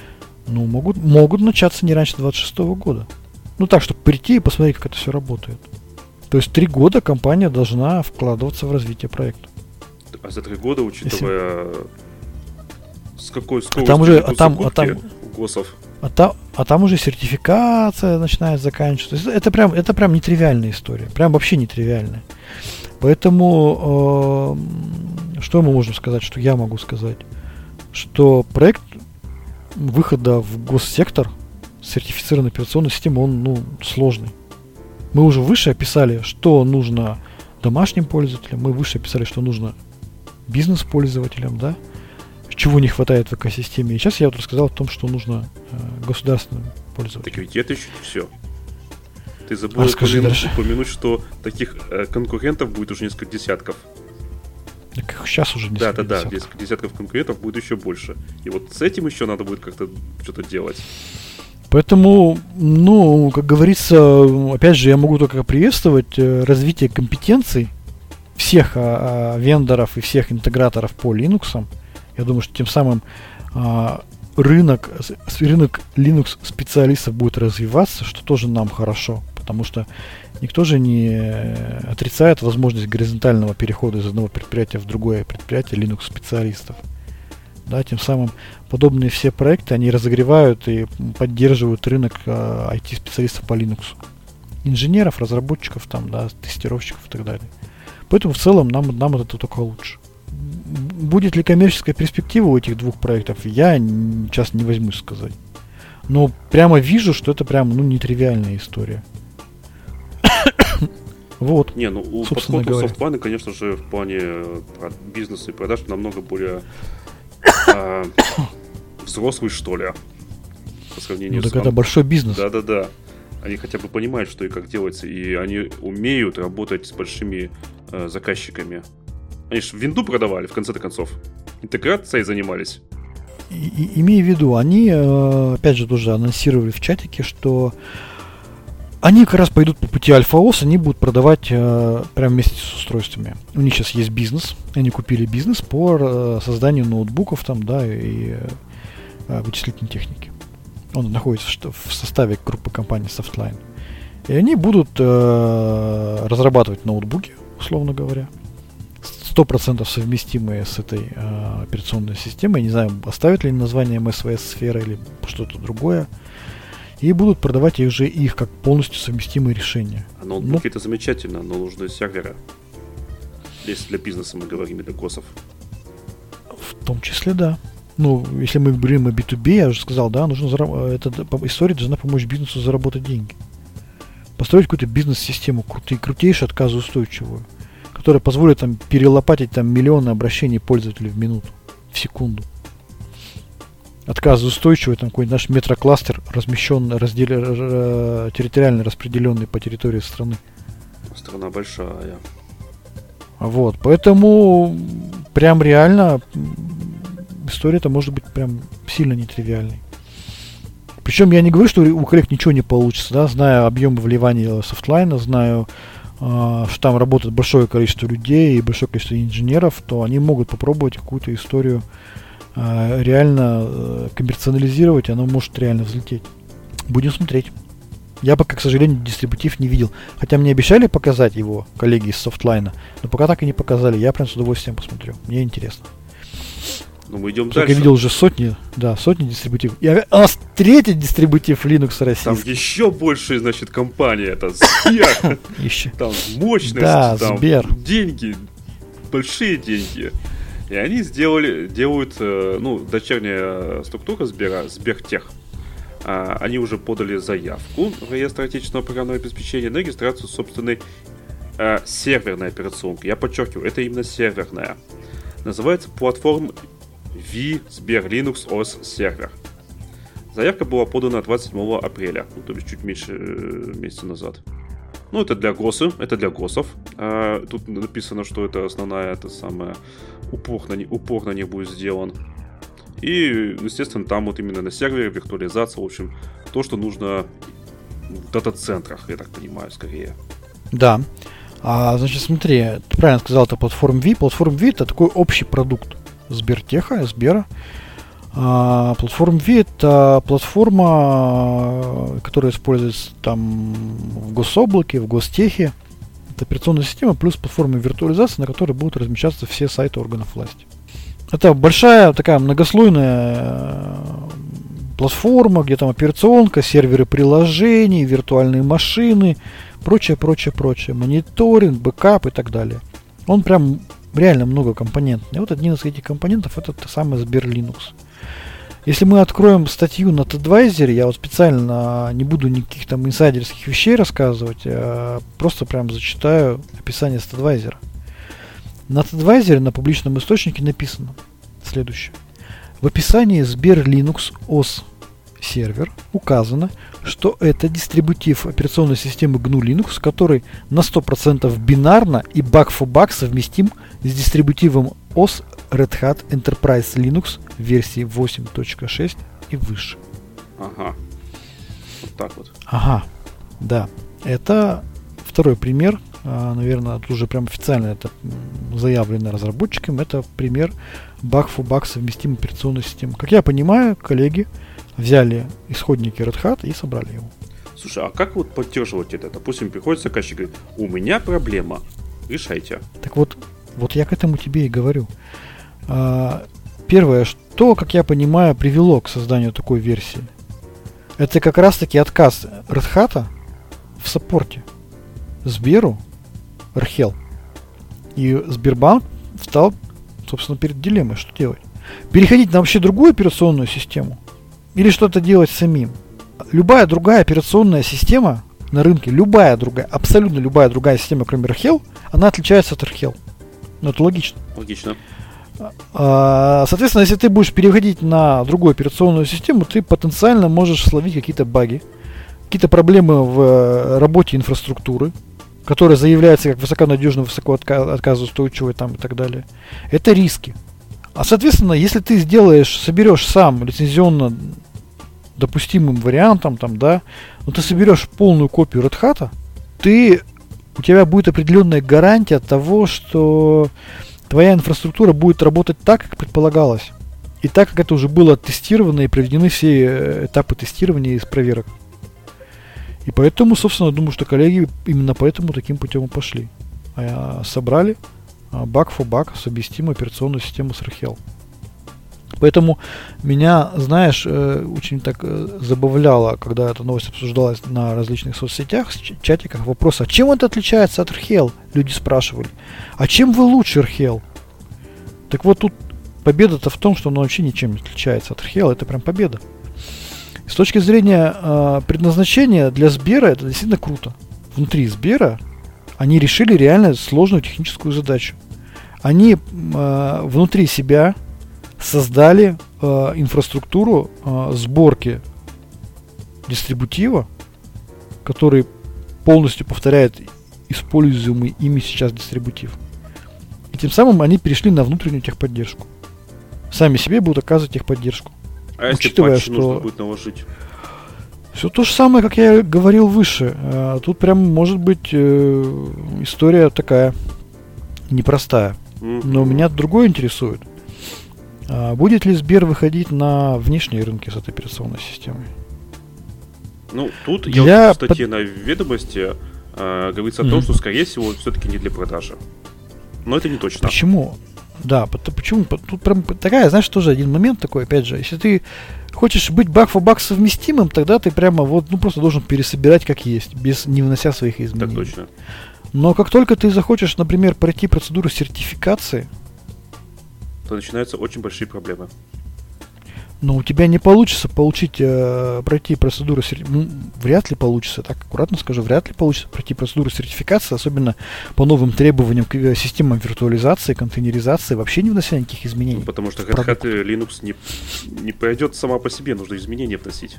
могут начаться не раньше 2026 года. Так, чтобы прийти и посмотреть, как это все работает. То есть 3 года компания должна вкладываться в развитие проекта. А за 3 года, учитывая с какой скоростью там у ГОСов, А там уже сертификация начинает заканчиваться. Это прям нетривиальная история. Прям вообще нетривиальная. Поэтому что мы можем сказать, что я могу сказать? Что проект выхода в госсектор с сертифицированной операционной системой, он сложный. Мы уже выше описали, что нужно домашним пользователям, мы выше описали, что нужно бизнес-пользователям, да, чего не хватает в экосистеме. И сейчас я вот рассказал о том, что нужно государственным пользователям. Так ведь это еще не все. Ты забыл упомянуть, что таких конкурентов будет уже несколько десятков. Так сейчас уже несколько десятков. Да, несколько десятков конкурентов будет еще больше. И вот с этим еще надо будет как-то что-то делать. Поэтому, как говорится, опять же, я могу только приветствовать развитие компетенций всех вендоров и всех интеграторов по Linux. Я думаю, что тем самым рынок Linux специалистов будет развиваться, что тоже нам хорошо, потому что никто же не отрицает возможность горизонтального перехода из одного предприятия в другое предприятие Linux специалистов. Да, тем самым подобные все проекты, они разогревают и поддерживают рынок IT-специалистов по Linux. Инженеров, разработчиков, тестировщиков и так далее. Поэтому в целом нам это только лучше. Будет ли коммерческая перспектива у этих двух проектов, я сейчас не возьмусь сказать. Но прямо вижу, что это прям нетривиальная история. Вот. У подхода софтвайна, конечно же, в плане бизнеса и продаж намного более взрослый, что ли, по сравнению с... это большой бизнес. Да. Они хотя бы понимают, что и как делается, и они умеют работать с большими заказчиками. Они же винду продавали, в конце концов. Интеграцией занимались. Имея в виду, они, опять же, тоже анонсировали в чатике, что они как раз пойдут по пути Альфа-ОС, они будут продавать прямо вместе с устройствами. У них сейчас есть бизнес, они купили бизнес по созданию ноутбуков и вычислительной техники. Он находится в составе группы компаний Softline. И они будут разрабатывать ноутбуки, условно говоря, 100% совместимые с этой операционной системой. Я не знаю, оставят ли название MSVS-сфера или что-то другое. И будут продавать уже их как полностью совместимые решения. А ноутбуки это замечательно, но нужны серверы. Если для бизнеса мы говорим, для госов. В том числе, да. Если мы говорим о B2B, я уже сказал, да, эта история должна помочь бизнесу заработать деньги. Построить какую-то бизнес-систему крутейшую, отказоустойчивую, которая позволит перелопатить миллионы обращений пользователей в минуту, в секунду. Отказоустойчивый, какой-нибудь наш метрокластер, размещенный, территориально распределенный по территории страны. Страна большая. Вот, поэтому прям реально история-то может быть прям сильно нетривиальной. Причем я не говорю, что у коллег ничего не получится, да, знаю объемы вливания софтлайна, знаю, что там работает большое количество людей и большое количество инженеров, то они могут попробовать какую-то историю реально коммерциализировать, оно может реально взлететь. Будем смотреть. Я пока, к сожалению, дистрибутив не видел. Хотя мне обещали показать его коллеги из софтлайна, но пока так и не показали. Я прям с удовольствием посмотрю. Мне интересно. Мы идем дальше. Я видел уже сотни дистрибутивов. И у нас третий дистрибутив Linux российский. Там еще больше, компания. Это Сбер. Там мощность, там Сбер. Деньги, большие деньги. И они делают, дочерняя структура Сбера, Сбертех. Они уже подали заявку в реестр отечественного программного обеспечения на регистрацию собственной серверной операционки. Я подчеркиваю, это именно серверная. Называется платформа V Сбер Linux OS Server. Заявка была подана 27 апреля, то есть чуть меньше месяца назад. Это для госов. Тут написано, что это основная, упор на них будет сделан. И, естественно, там именно на сервере виртуализация, в общем, то, что нужно в дата-центрах, я так понимаю, скорее. Да. Значит, смотри, ты правильно сказал, это платформа V. Платформа V это такой общий продукт Сбертеха, Сбера. Платформа V это платформа, которая используется в гособлаке, в гостехе. Это операционная система плюс платформа виртуализации, на которой будут размещаться все сайты органов власти. Это большая такая многослойная платформа, где там операционка, серверы приложений, виртуальные машины, прочее, мониторинг, бэкап и так далее. Он прям реально многокомпонентный. И вот один из этих компонентов это самый Сбер Linux. Если мы откроем статью на TripAdvisor, я вот специально не буду никаких там инсайдерских вещей рассказывать, а просто прям зачитаю описание TripAdvisor. На TripAdvisor на публичном источнике написано следующее. В описании Сбер Linux OS сервер указано, что это дистрибутив операционной системы GNU Linux, который на 100% бинарно и баг-for-баг совместим с дистрибутивом OS Red Hat Enterprise Linux версии 8.6 и выше. Ага. Вот так вот. Ага. Да. Это второй пример. Наверное, тут уже прям официально это заявлено разработчикам. Это пример баг-for-баг совместимой операционной системы. Как я понимаю, коллеги взяли исходники Red Hat и собрали его. Слушай, а как вот поддерживать это? Допустим, приходит заказчик и говорит, у меня проблема, решайте. Так вот я к этому тебе и говорю. Первое, что, как я понимаю, привело к созданию такой версии, это как раз-таки отказ Red Hat в саппорте Сберу, Архел. И Сбербанк встал, собственно, перед дилеммой, что делать. Переходить на вообще другую операционную систему или что-то делать самим. Любая другая операционная система на рынке, абсолютно любая другая система, кроме Архел, она отличается от Архел. Ну, это логично. Логично. Соответственно, если ты будешь переходить на другую операционную систему, ты потенциально можешь словить какие-то баги, какие-то проблемы в работе инфраструктуры, которая заявляется как высоконадежно, высоко отказоустойчивой там и так далее. Это риски. А соответственно, если ты соберешь сам лицензионно допустимым вариантом, там, да, но ты соберешь полную копию Red Hat, у тебя будет определенная гарантия того, что твоя инфраструктура будет работать так, как предполагалось. И так, как это уже было оттестировано и проведены все этапы тестирования и проверок. И поэтому, собственно, думаю, что коллеги именно поэтому таким путем и пошли. Собрали баг-for-баг совместимую операционную систему с Archel. Поэтому меня, знаешь, очень так забавляло, когда эта новость обсуждалась на различных соцсетях, чатиках, вопрос, а чем это отличается от Archel? Люди спрашивали. А чем вы лучше Archel? Так вот тут победа-то в том, что оно вообще ничем не отличается от Archel, это прям победа. С точки зрения предназначения для Сбера это действительно круто. Внутри Сбера они решили реально сложную техническую задачу. Они внутри себя создали инфраструктуру сборки дистрибутива, который полностью повторяет используемый ими сейчас дистрибутив. И тем самым они перешли на внутреннюю техподдержку. Сами себе будут оказывать техподдержку. А если патчи нужно будет наложить? Все то же самое, как я говорил выше. Тут прям может быть история такая непростая. Но меня другое интересует. Будет ли Сбер выходить на внешние рынки с этой операционной системой? Ну, тут я в статье на Ведомости говорится о том, что, скорее всего, все-таки не для продажи. Но это не точно. Почему? Да, почему? Тут прям такая, знаешь, тоже один момент такой, опять же, если ты хочешь быть баг-for-баг совместимым, тогда ты прямо просто должен пересобирать как есть, не внося своих изменений. Так точно. Но как только ты захочешь, например, пройти процедуру сертификации, то начинаются очень большие проблемы. Но у тебя не получится пройти процедуру вряд ли получится, так аккуратно скажу, вряд ли получится пройти процедуру сертификации, особенно по новым требованиям к системам виртуализации, контейнеризации, вообще не внося никаких изменений. Потому что Red Hat Linux не пойдет сама по себе, нужно изменения вносить.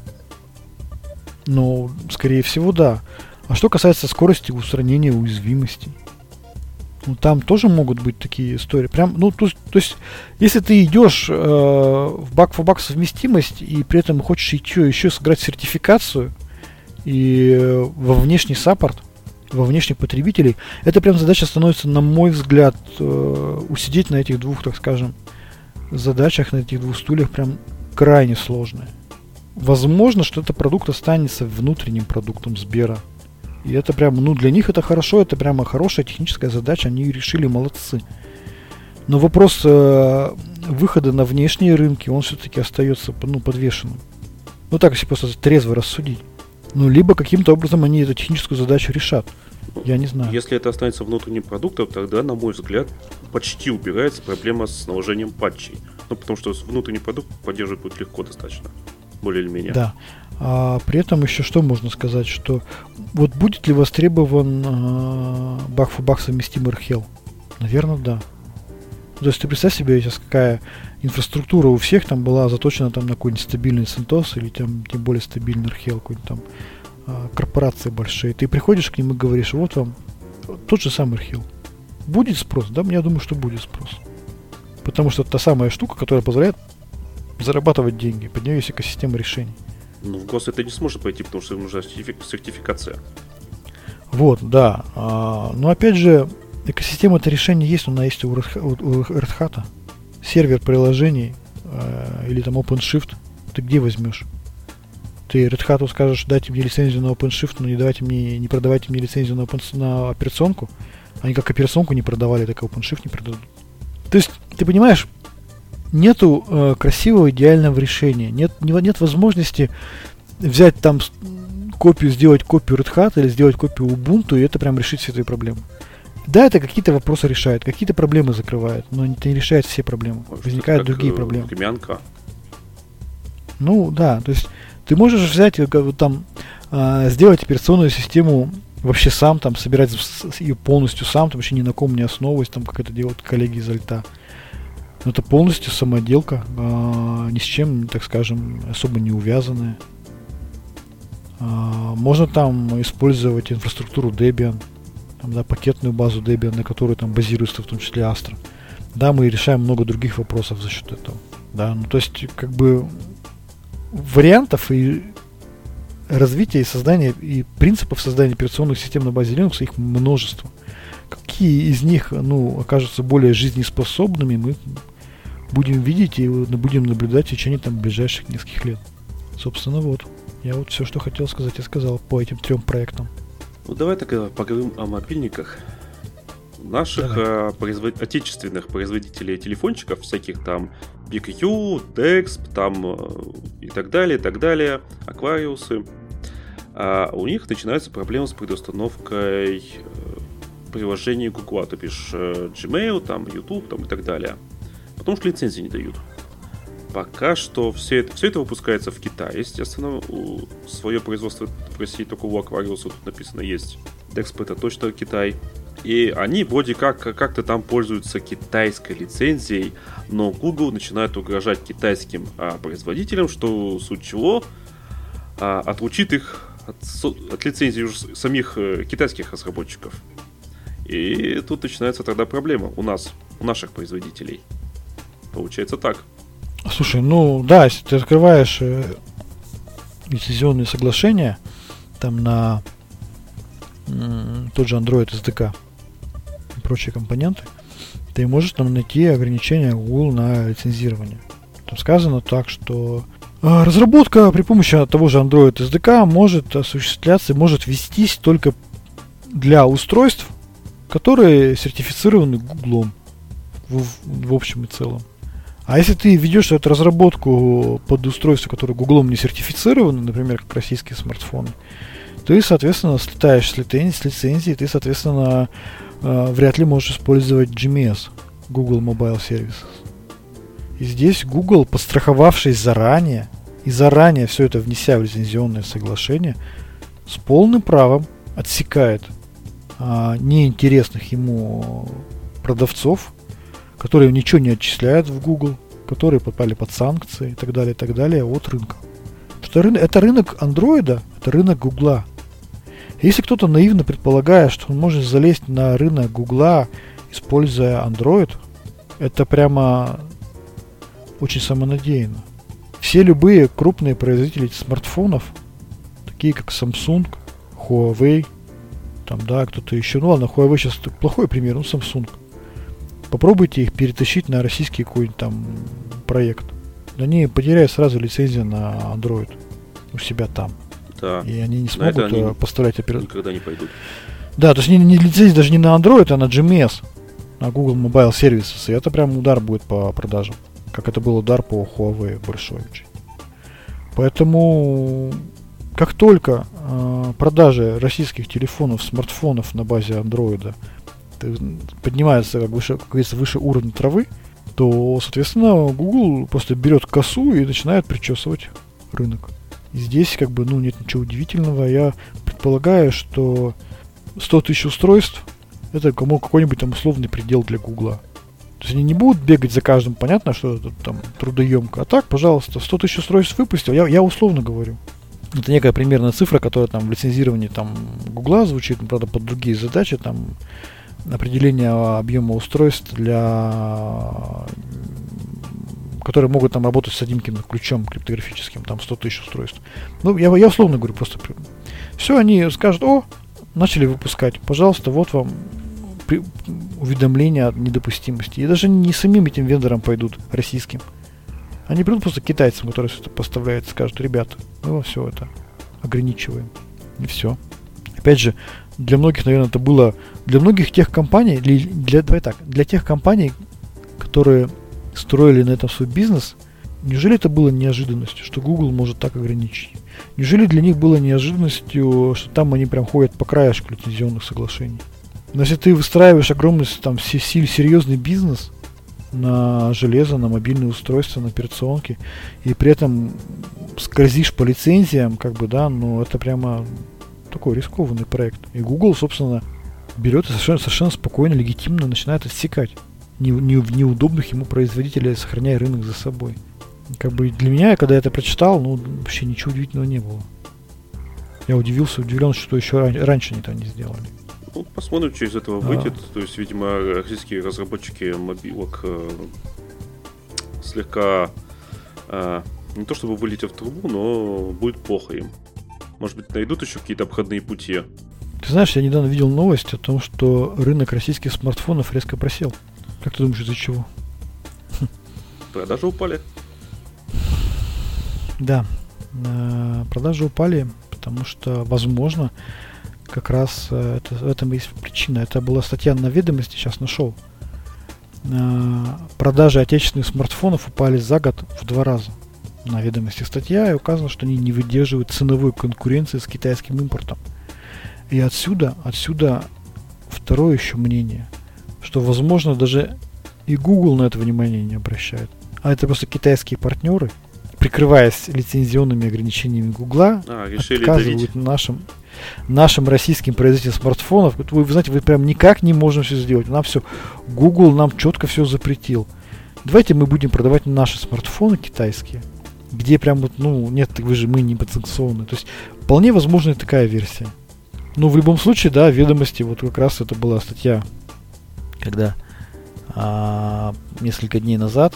Ну, скорее всего, да. А что касается скорости устранения уязвимостей, там тоже могут быть такие истории. Прям, то есть, если ты идешь в баг-for-баг совместимость и при этом хочешь еще сыграть сертификацию и во внешний саппорт, во внешних потребителей, это прям задача становится, на мой взгляд, усидеть на этих двух, так скажем, задачах, на этих двух стульях прям крайне сложная. Возможно, что этот продукт останется внутренним продуктом Сбера. И это прям, для них это хорошо, это прямо хорошая техническая задача, они ее решили, молодцы. Но вопрос выхода на внешние рынки, он все-таки остается подвешенным. Ну так, если просто трезво рассудить. Ну, либо каким-то образом они эту техническую задачу решат. Я не знаю. Если это останется внутренним продуктом, тогда, на мой взгляд, почти убирается проблема с наложением патчей. Ну, потому что внутренний продукт поддерживать будет легко достаточно. Более или менее. Да. А при этом еще что можно сказать, что вот будет ли востребован баг-for-баг совместимый RHEL? Наверное, да. То есть ты представь себе сейчас, какая инфраструктура у всех там была заточена там на какой-нибудь стабильный CentOS или тем более стабильный RHEL, какой-нибудь там корпорации большие. Ты приходишь к ним и говоришь, вот вам тот же самый RHEL. Будет спрос? Да, я думаю, что будет спрос. Потому что это та самая штука, которая позволяет зарабатывать деньги. Под нее есть экосистема решений. Ну, в ГОС это не сможет пойти, потому что нужна сертификация. Вот, да. Но опять же, экосистема-то решений есть, она есть у Red Hat. Сервер приложений или там OpenShift. Ты где возьмешь? Ты Red Hat скажешь, дайте мне лицензию на OpenShift, но не продавайте мне лицензию на операционку. Они как операционку не продавали, так и OpenShift не продадут. То есть, ты понимаешь, нету красивого идеального решения. Нет возможности взять там сделать копию Red Hat или сделать копию Ubuntu, и это прям решить все твои проблемы. Да, это какие-то вопросы решает, какие-то проблемы закрывает, но это не решает все проблемы. Возникают другие проблемы. Времянка. Ну да, то есть ты можешь взять там сделать операционную систему вообще сам, там собирать ее полностью сам, там вообще ни на ком не основываясь, там как это делают коллеги из Альта. Но это полностью самоделка, ни с чем, так скажем, особо не увязанная. Можно там использовать инфраструктуру Debian, там, да, пакетную базу Debian, на которой там базируется в том числе Astra. Да, мы решаем много других вопросов за счет этого. Да, ну то есть как бы вариантов и развития и создания и принципов создания операционных систем на базе Linux их множество. Какие из них, окажутся более жизнеспособными, мы будем видеть и будем наблюдать в течение там ближайших нескольких лет. Собственно, вот. Я вот все, что хотел сказать, я сказал по этим 3 проектам. Ну, давай тогда поговорим о мобильниках. Наших отечественных производителей телефончиков, всяких там BigU, Dexp, там и так далее, Aquarius. У них начинается проблема с предустановкой приложений Google, то бишь Gmail, там, YouTube, там и так далее. Потому что лицензии не дают. Пока что все это выпускается в Китае, естественно. Свое производство в России только у Aquarius тут написано есть. Dexp это точно Китай. И они вроде как-то там пользуются китайской лицензией, но Google начинает угрожать китайским производителям, что суть чего отлучит их от лицензии уже самих китайских разработчиков. И тут начинается тогда проблема у наших производителей. Получается так. Слушай, да, если ты открываешь лицензионные соглашения там на тот же Android SDK и прочие компоненты, ты можешь там найти ограничения Google на лицензирование. Там сказано так, что разработка при помощи того же Android SDK может осуществляться, может вестись только для устройств, которые сертифицированы Google в общем и целом. А если ты ведешь эту разработку под устройство, которое Google не сертифицировано, например, как российские смартфоны, ты, соответственно, слетаешь с лицензии, ты, соответственно, вряд ли можешь использовать GMS, Google Mobile Services. И здесь Google, постраховавшись заранее, и заранее все это внеся в лицензионное соглашение, с полным правом отсекает неинтересных ему продавцов, которые ничего не отчисляют в Google, которые попали под санкции и так далее от рынка. Это рынок Андроида, это рынок Гугла. Если кто-то наивно предполагает, что он может залезть на рынок Гугла, используя Android, это прямо очень самонадеянно. Все любые крупные производители смартфонов, такие как Samsung, Huawei, там, да, кто-то еще, ладно, Huawei сейчас плохой пример, Samsung. Попробуйте их перетащить на российский какой-нибудь там проект. Они потеряют сразу лицензию на Android у себя там. Да. И они не смогут поставлять операцию. Никогда не пойдут. Да, то есть не лицензия даже не на Android, а на GMS, на Google Mobile Services. И это прям удар будет по продажам. Как это был удар по Huawei большой очень. Поэтому, как только продажи российских телефонов, смартфонов на базе андроида поднимаются, как говорится, выше уровня травы, то, соответственно, Google просто берет косу и начинает причесывать рынок. И здесь, нет ничего удивительного. Я предполагаю, что 100 тысяч устройств это какой-нибудь там условный предел для Гугла. То есть они не будут бегать за каждым, понятно, что это там трудоемко. А так, пожалуйста, 100 тысяч устройств выпустил, я условно говорю. Это некая примерная цифра, которая там в лицензировании там Гугла звучит, правда, под другие задачи, там определение объема устройств, которые могут там работать с одним ключом криптографическим, там 100 тысяч устройств. Я условно говорю, просто все, они скажут: начали выпускать, пожалуйста, вот вам уведомления о недопустимости. И даже не самим этим вендорам пойдут, российским. Они придут просто к китайцам, которые все это поставляют, и скажут: ребята, мы вам все это ограничиваем. И все. Опять же, для многих, наверное, это было... Для многих тех компаний, для тех компаний, которые строили на этом свой бизнес, неужели это было неожиданностью, что Google может так ограничить? Неужели для них было неожиданностью, что там они прям ходят по краешку лицензионных соглашений? Но если ты выстраиваешь огромный, там, серьезный бизнес на железо, на мобильные устройства, на операционки, и при этом скользишь по лицензиям, это прямо такой рискованный проект. И Google, собственно, берет и совершенно спокойно, легитимно начинает отсекать неудобных ему производителей, сохраняя рынок за собой. Для меня, когда я это прочитал, вообще ничего удивительного не было. Я удивлен, что еще раньше они этого не сделали. Посмотрим, что из этого выйдет. То есть, видимо, российские разработчики мобилок слегка не то чтобы вылетят в трубу, но будет плохо им. Может быть, найдут еще какие-то обходные пути. Ты знаешь, я недавно видел новость о том, что рынок российских смартфонов резко просел. Как ты думаешь, из-за чего? Продажи упали. Да, продажи упали, потому что, возможно, как раз в этом есть причина. Это была статья на Ведомости, сейчас нашел. Продажи отечественных смартфонов упали за год в 2 раза. На Ведомости статья, и указано, что они не выдерживают ценовой конкуренции с китайским импортом. И отсюда второе еще мнение, что, возможно, даже и Google на это внимание не обращает. А это просто китайские партнеры, прикрываясь лицензионными ограничениями Гугла, отказывают нашим российским производителям смартфонов. Вы знаете, вы прям никак не можем все сделать. Google нам четко все запретил. Давайте мы будем продавать наши смартфоны китайские, где прям нет, мы не подсанкционны. То есть вполне возможна и такая версия. Но в любом случае, да, Ведомости, как раз это была статья, когда несколько дней назад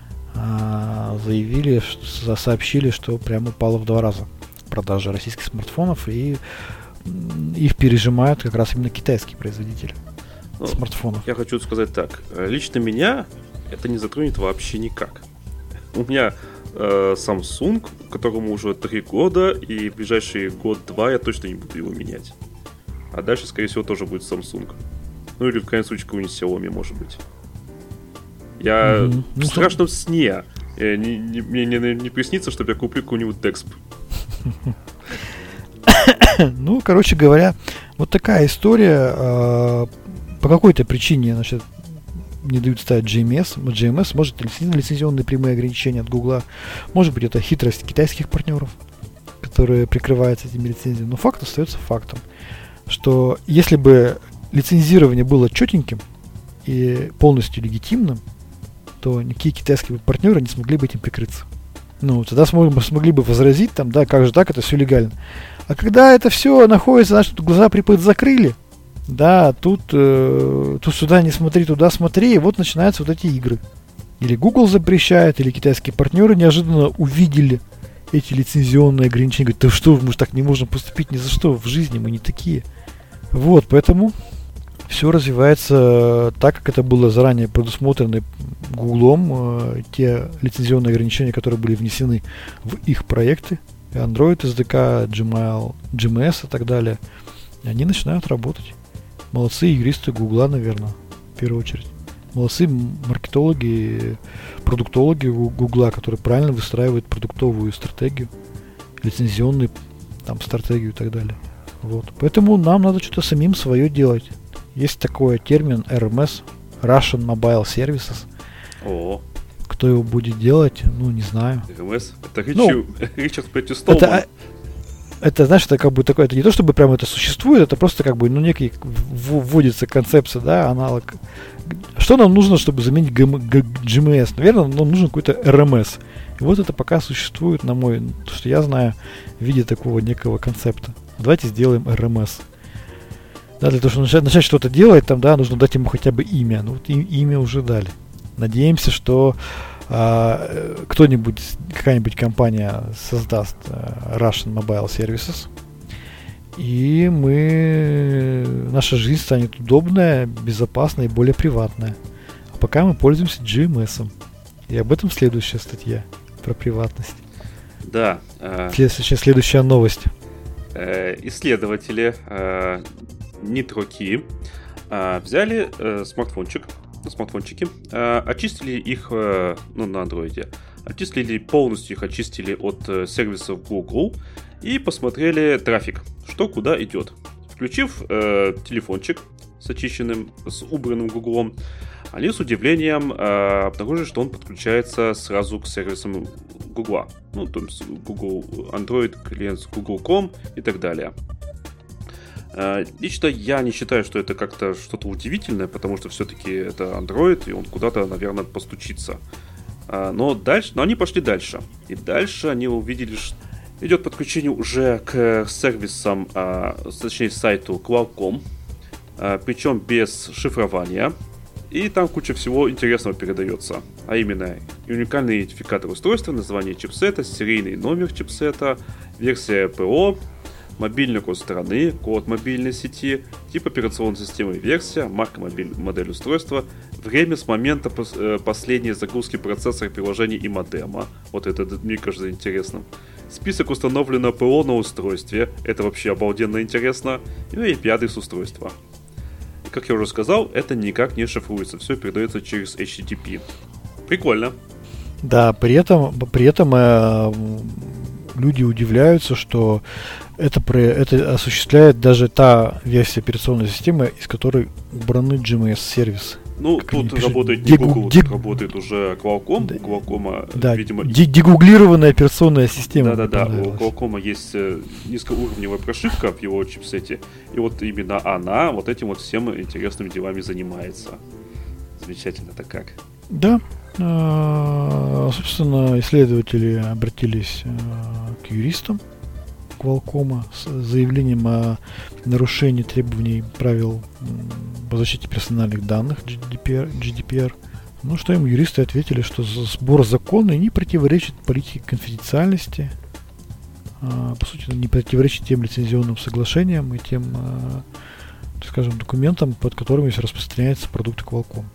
сообщили, что прямо упало в 2 раза продажа российских смартфонов, и их пережимают как раз именно китайские производители смартфонов. Я хочу сказать так. Лично меня это не затронет вообще никак. У меня Samsung, которому уже 3 года, и в ближайшие год-два я точно не буду его менять. А дальше, скорее всего, тоже будет Samsung. Или в крайнем случае какой-нибудь Xiaomi, может быть. Я в страшном сне. Мне не приснится, чтобы я куплю какой-нибудь Dexp. Короче говоря, вот такая история. По какой-то причине, не дают ставить GMS, может, лицензионные прямые ограничения от Гугла. Может быть, это хитрость китайских партнеров, которые прикрываются этими лицензиями. Но факт остается фактом, что если бы лицензирование было четеньким и полностью легитимным, то никакие китайские партнеры не смогли бы этим прикрыться. Тогда смогли бы возразить, как же так, это все легально. А когда это все находится, глаза закрыли, да, тут сюда не смотри, туда смотри, и вот начинаются вот эти игры. Или Google запрещает, или китайские партнеры неожиданно увидели эти лицензионные ограничения, говорят: да что, мы же так не можем поступить ни за что, в жизни мы не такие. Поэтому все развивается так, как это было заранее предусмотрено Гуглом, те лицензионные ограничения, которые были внесены в их проекты, Android SDK, Gmail, GMS и так далее, они начинают работать. Молодцы юристы Гугла, наверное, в первую очередь. Молодцы маркетологи, продуктологи Гугла, которые правильно выстраивают продуктовую стратегию, лицензионную там стратегию и так далее. Вот. Поэтому нам надо что-то самим свое делать. Есть такой термин RMS, Russian Mobile Services. О. Кто его будет делать, ну, не знаю. RMS? Это Ричард Пэтью Столман. Это, знаешь, это как бы такое, это не то, чтобы прямо это существует, это просто как бы, ну, некий вводится концепция, да, аналог. Что нам нужно, чтобы заменить GMS? Наверное, нам нужен какой-то RMS. И вот это пока существует, на мой, то, что я знаю, в виде такого некого концепта. Давайте сделаем RMS. Да, для того, чтобы начать что-то делать, там, да, нужно дать ему хотя бы имя. Ну, вот имя уже дали. Надеемся, что кто-нибудь, какая-нибудь компания создаст Russian Mobile Services, и наша жизнь станет удобная, безопасная и более приватная. А пока мы пользуемся GMS. И об этом следующая статья про приватность. Да. Следующая новость. Исследователи NitroKey взяли смартфончики, очистили их на андроиде, полностью их очистили от сервисов Google и посмотрели трафик, что куда идет. Включив телефончик с очищенным, с убранным Гуглом, они с удивлением обнаружили, что он подключается сразу к сервисам Гугла. Ну, то есть Google Android, клиент с Google.com и так далее. Лично я не считаю, что это как-то что-то удивительное, потому что все-таки это Android, и он куда-то, наверное, постучится. Но они пошли дальше. И дальше они увидели, что идет подключение уже к сервисам, точнее сайту Qualcomm, причем без шифрования. И там куча всего интересного передается. А именно, уникальный идентификатор устройства, название чипсета, серийный номер чипсета, версия ПО, мобильный код страны, код мобильной сети, тип операционной системы, версия, марка модель устройства, время с момента последней загрузки процессора, приложений и модема. Вот это, мне кажется, интересным. Список установленного ПО на устройстве. Это вообще обалденно интересно. И IP-адрес устройства. И, как я уже сказал, это никак не шифруется. Все передается через HTTP. Прикольно. Да, при этом люди удивляются, что это осуществляет даже та версия операционной системы, из которой убраны GMS-сервисы. Ну, тут работает не Google, тут работает уже Qualcomm. У Qualcomm, да, видимо... дегуглированная операционная система. Да. У Qualcomm есть низкоуровневая прошивка в его чипсете. И вот именно она вот этим вот всем интересными делами занимается. Замечательно-то как. Да. Собственно, исследователи обратились к юристам Qualcomm с заявлением о нарушении требований правил по защите персональных данных GDPR. Ну, что им юристы ответили, что сбор закона не противоречит политике конфиденциальности, по сути, не противоречит тем лицензионным соглашениям и тем, так скажем, документам, под которыми распространяются продукты Qualcomm.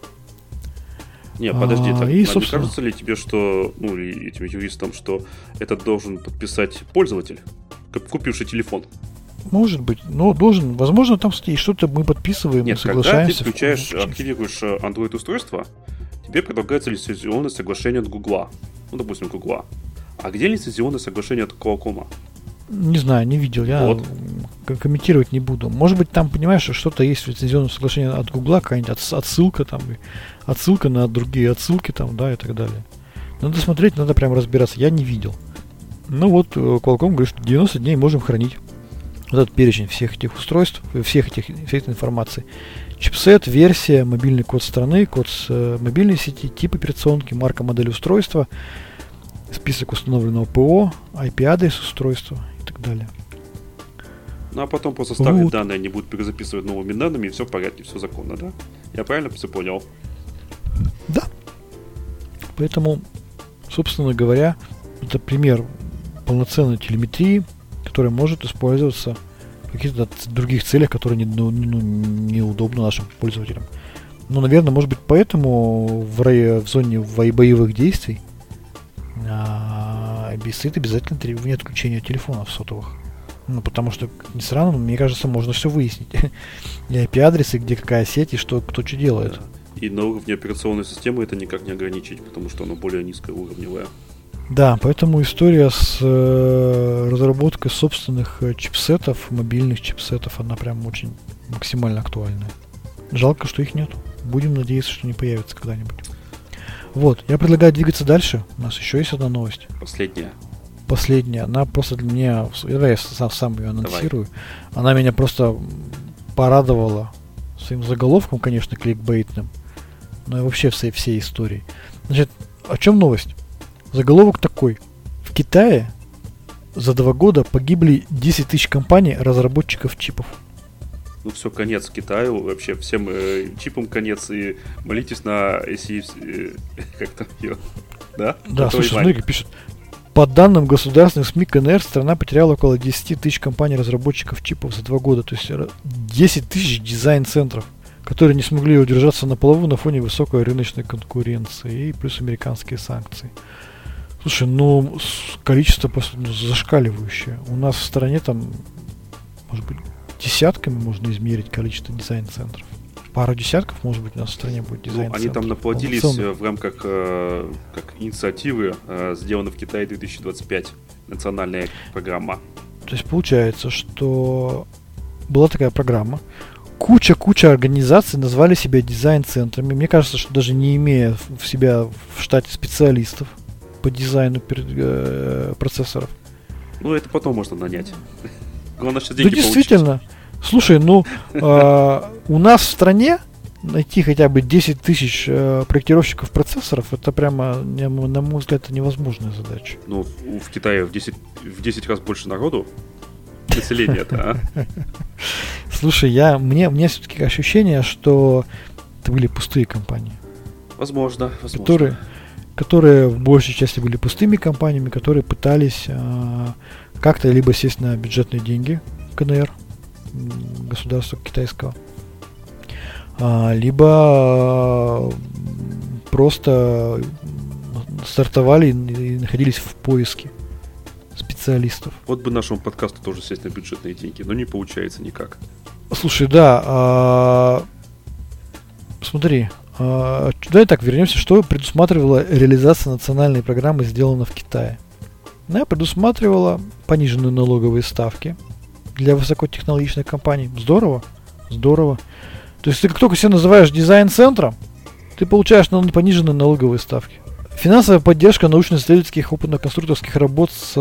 Не, подожди, не кажется ли тебе, что, ну, или этим юристам, что это должен подписать пользователь, купивший телефон? Может быть, но должен, возможно, там что-то мы подписываем, мы соглашаемся. Когда ты активируешь Android-устройство, тебе предлагается лицензионное соглашение от Гугла, ну, допустим, Гугла. А где лицензионное соглашение от Qualcomm? Не знаю, не видел, я комментировать не буду. Может быть, там, понимаешь, что-то есть в лицензионном соглашении от Гугла, какая-нибудь отсылка там, отсылка на другие отсылки там, да, и так далее. Надо смотреть, надо прям разбираться. Я не видел. Ну вот, Qualcomm говорит, что 90 дней можем хранить вот этот перечень всех этих устройств, всей этой информации. Чипсет, версия, мобильный код страны, код с мобильной сети, тип операционки, марка, модель устройства, список установленного ПО, IP-адрес устройства и так далее. Ну а потом просто старые данные они будут перезаписывать новыми данными, и все в порядке, все законно, да? Я правильно все понял? Да. Поэтому, собственно говоря, это пример полноценной телеметрии, которая может использоваться в каких-то других целях, которые неудобны нашим пользователям. Ну, наверное, может быть, поэтому в зоне боевых действий стоит обязательно требование отключения телефонов сотовых. Ну, потому что, не странно, мне кажется, можно все выяснить. И IP-адресы, где какая сеть, и кто что делает. И на уровне операционной системы это никак не ограничить, потому что оно более низкоуровневое. Да, поэтому история с разработкой собственных чипсетов, мобильных чипсетов, она прям очень максимально актуальная. Жалко, что их нет. Будем надеяться, что они появятся когда-нибудь. Вот, я предлагаю двигаться дальше. У нас еще есть одна новость. Последняя. Она просто для меня... Давай я сам ее анонсирую. Давай. Она меня просто порадовала своим заголовком, конечно, кликбейтным, но и вообще всей историей. Значит, о чем новость? Заголовок такой. В Китае за 2 года погибли 10 тысяч компаний разработчиков чипов. Ну все, конец Китаю, вообще всем чипам конец, и молитесь на ACI, как там ее, да? Да, слушай, смотри, как пишет. По данным государственных СМИ КНР, страна потеряла около 10 тысяч компаний-разработчиков чипов за 2 года, то есть 10 тысяч дизайн-центров, которые не смогли удержаться на плаву на фоне высокой рыночной конкуренции и плюс американские санкции. Слушай, ну количество просто зашкаливающее. У нас в стране там, может быть, десятками можно измерить количество дизайн-центров. Пару десятков, может быть, у нас в стране будет дизайн-центров. Они там наплодились в рамках как инициативы «Сделано в Китае 2025», национальная программа. То есть получается, что была такая программа, куча организаций назвали себя дизайн-центрами. Мне кажется, что даже не имея в себя в штате специалистов по дизайну процессоров. Ну, это потом можно нанять. Главное, что деньги получить. Действительно. Слушай, ну, у нас в стране найти хотя бы 10 тысяч проектировщиков процессоров, это прямо, на мой взгляд, это невозможная задача. Ну, в Китае в 10 раз больше народу населения-то, а? Слушай, мне все-таки ощущение, что это были пустые компании. Возможно. Которые в большей части были пустыми компаниями, которые пытались как-то либо сесть на бюджетные деньги КНР, государства китайского, либо просто стартовали и находились в поиске специалистов. Вот бы нашему подкасту тоже сесть на бюджетные деньги, но не получается никак. Слушай, да, смотри, давай так вернемся, что предусматривала реализация национальной программы «Сделано в Китае». Она предусматривала пониженные налоговые ставки для высокотехнологичных компаний. Здорово. То есть ты как только себя называешь дизайн-центром, ты получаешь пониженные налоговые ставки. Финансовая поддержка научно-исследовательских опытно-конструкторских работ с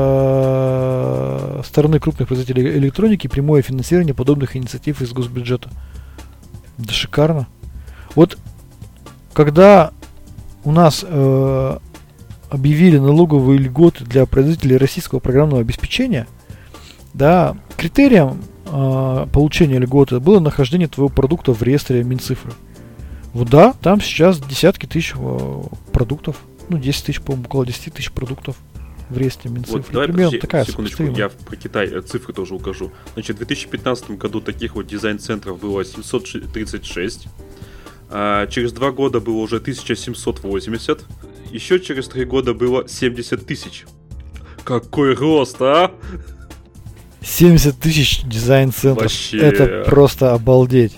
стороны крупных производителей электроники и прямое финансирование подобных инициатив из госбюджета. Да шикарно. Вот когда у нас объявили налоговые льготы для производителей российского программного обеспечения, да, критерием получения льготы было нахождение твоего продукта в реестре Минцифры. Вот да, там сейчас десятки тысяч продуктов, 10 тысяч, по-моему, около 10 тысяч продуктов в реестре Минцифры. Вот, давай, примерно такая секундочку, я про Китай цифры тоже укажу. Значит, в 2015 году таких вот дизайн-центров было 736, через 2 года было уже 1780, еще через 3 года было 70 тысяч. Какой рост, а? 70 тысяч дизайн-центров. Вообще. Это просто обалдеть.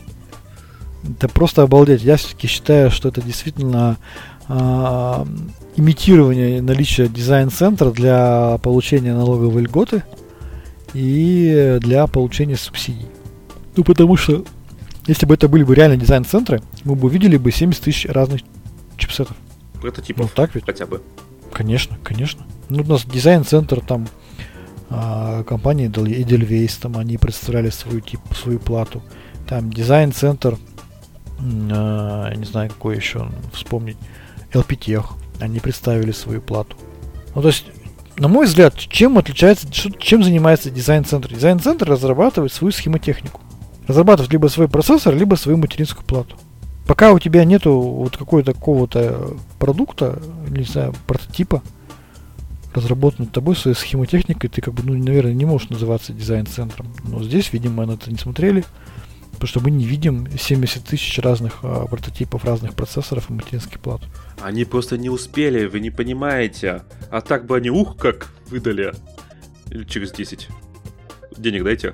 Я все-таки считаю, что это действительно имитирование наличия дизайн-центра для получения налоговой льготы и для получения субсидий. Потому что если бы это были бы реально дизайн-центры, мы бы увидели бы 70 тысяч разных чипсетов. Прототипов так ведь? хотя бы. Конечно. У нас дизайн-центр там компании Edelweiss, там они представляли свою плату. Там дизайн-центр, не знаю, какой еще вспомнить, LPTech, они представили свою плату. То есть, на мой взгляд, чем занимается дизайн-центр? Дизайн-центр разрабатывает свою схемотехнику. Разрабатывает либо свой процессор, либо свою материнскую плату. Пока у тебя нету вот какого-то продукта, не знаю, прототипа, разработанного тобой своей схемотехникой, ты наверное, не можешь называться дизайн-центром. Но здесь, видимо, на это не смотрели, потому что мы не видим 70 тысяч разных прототипов, разных процессоров и материнских плат. Они просто не успели, вы не понимаете. А так бы они как выдали. Или через 10. Денег дайте.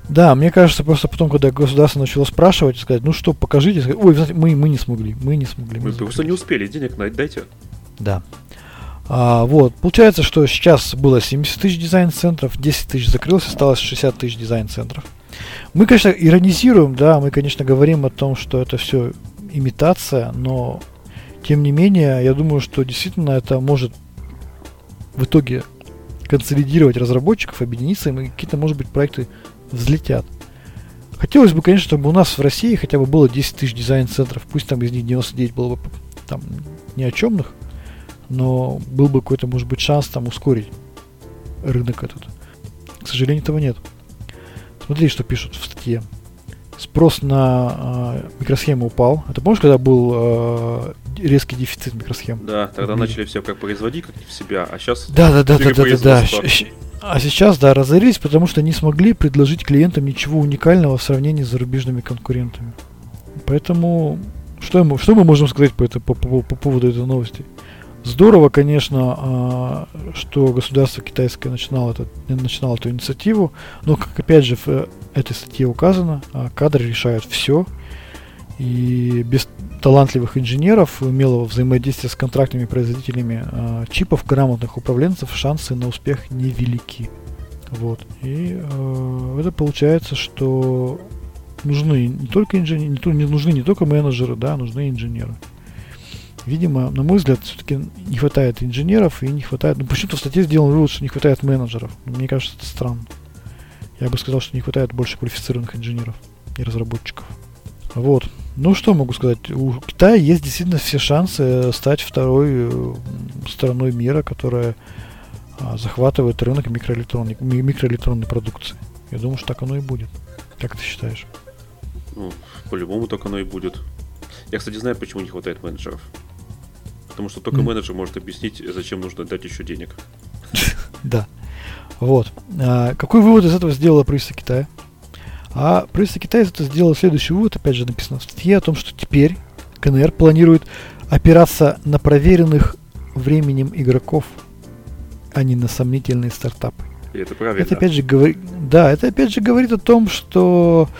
Да, мне кажется, просто потом, когда государство начало спрашивать, сказать, ну что, покажите, сказать, ой, знаете, мы не смогли. Мы просто не успели, денег дайте. Да. Вот, получается, что сейчас было 70 тысяч дизайн-центров, 10 тысяч закрылось, осталось 60 тысяч дизайн-центров. Мы, конечно, иронизируем, да, мы, конечно, говорим о том, что это все имитация, но, тем не менее, я думаю, что действительно это может в итоге консолидировать разработчиков, объединиться, и какие-то, может быть, проекты взлетят. Хотелось бы, конечно, чтобы у нас в России хотя бы было 10 тысяч дизайн-центров, пусть там из них 99 было бы там ни о чемных, но был бы какой-то, может быть, шанс там ускорить рынок этот. К сожалению, этого нет. Смотри, что пишут в статье. Спрос на микросхемы упал. Это помнишь, когда был резкий дефицит микросхем? Да, тогда начали все как производить, как в себя, а сейчас... Да. А сейчас, да, разорились, потому что не смогли предложить клиентам ничего уникального в сравнении с зарубежными конкурентами. Поэтому, что мы можем сказать по поводу этой новости? Здорово, конечно, что государство китайское начинало эту инициативу, но, как опять же в этой статье указано, кадры решают все, и без талантливых инженеров, умелого взаимодействия с контрактными производителями чипов, грамотных управленцев, шансы на успех невелики. Вот. И это получается, что нужны не только инженеры, нужны не только менеджеры, да, нужны инженеры. Видимо, на мой взгляд, все-таки не хватает инженеров и не хватает... Ну, почему-то в статье сделан вывод, что не хватает менеджеров. Мне кажется, это странно. Я бы сказал, что не хватает больше квалифицированных инженеров и разработчиков. Вот. Ну, что могу сказать? У Китая есть действительно все шансы стать второй страной мира, которая захватывает рынок микроэлектронной продукции. Я думаю, что так оно и будет. Как ты считаешь? Ну, по-любому так оно и будет. Я, кстати, знаю, почему не хватает менеджеров. Потому что только менеджер может объяснить, зачем нужно дать еще денег. Да. Вот. Какой вывод из этого сделало правительство Китая? Правительство Китая из этого сделало следующий вывод, опять же написано в статье, о том, что теперь КНР планирует опираться на проверенных временем игроков, а не на сомнительные стартапы. И это правильно. Это опять же говорит о том, что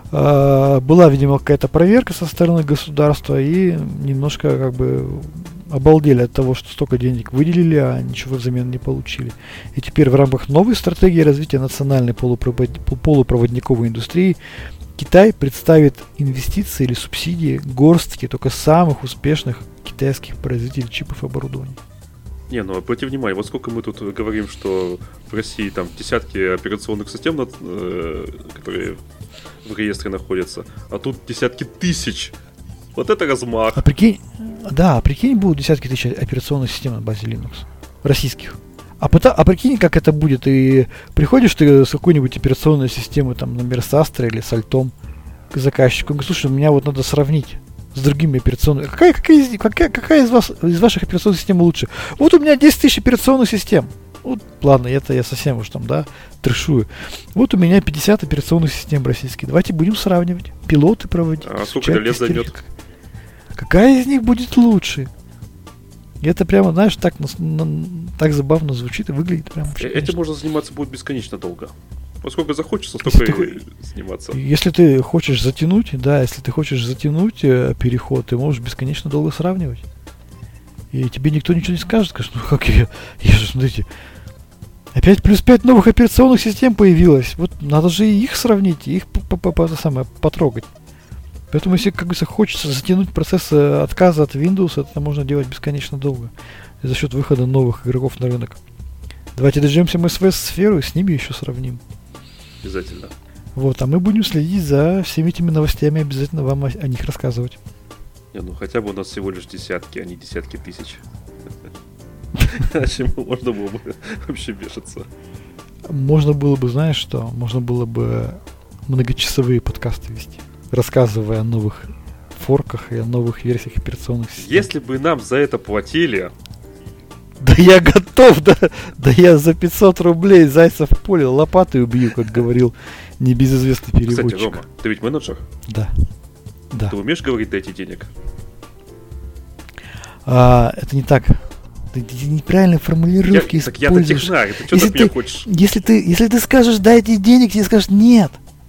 была, видимо, какая-то проверка со стороны государства, и немножко как бы обалдели от того, что столько денег выделили, а ничего взамен не получили. И теперь в рамках новой стратегии развития национальной полупроводниковой индустрии Китай представит инвестиции или субсидии горстки только самых успешных китайских производителей чипов и оборудования. Не, ну обрати внимание, вот сколько мы тут говорим, что в России там десятки операционных систем, которые в реестре находятся, а тут десятки тысяч. Вот это размах. Прикинь, будут десятки тысяч операционных систем на базе Linux. Российских. А прикинь, как это будет. И приходишь ты с какой-нибудь операционной системы, там, например, с Astra или с Альтом к заказчику. Говорит, слушай, меня вот надо сравнить с другими операционными. Какая из ваших операционных систем лучше? Вот у меня 10 тысяч операционных систем. Вот, ладно, это я совсем уж там, да, трешую. Вот у меня 50 операционных систем российских. Давайте будем сравнивать. Пилоты проводить. А сколько это лет займет? Какая из них будет лучше? И это прямо, знаешь, так забавно звучит и выглядит прямо. Этим можно заниматься будет бесконечно долго. Поскольку захочется, столько и заниматься. Если ты хочешь затянуть, переход, ты можешь бесконечно долго сравнивать. И тебе никто ничего не скажет. Скажет, ну как я же, смотрите, опять плюс 5 новых операционных систем появилось. Вот надо же их сравнить, их потрогать. Поэтому, если, как говорится, хочется затянуть процесс отказа от Windows, это можно делать бесконечно долго. За счет выхода новых игроков на рынок. Давайте дождемся мы свою сферу и с ними еще сравним. Обязательно. Вот, а мы будем следить за всеми этими новостями, обязательно вам о них рассказывать. Не, ну хотя бы у нас всего лишь десятки, а не десятки тысяч. Чему можно было бы вообще бешиться? Можно было бы, знаешь что, можно было бы многочасовые подкасты вести, рассказывая о новых форках и о новых версиях операционных систем. Если бы нам за это платили... Да я готов, да я за 500 рублей зайца в поле лопатой убью, как говорил небезызвестный переводчик. Кстати, Рома, ты ведь менеджер? Да. Ты умеешь говорить «дайте денег»? Это не так. Ты неправильные формулировки используешь. Я-то технарь, ты что от меня хочешь? Если ты скажешь «дайте денег», тебе скажут «нет».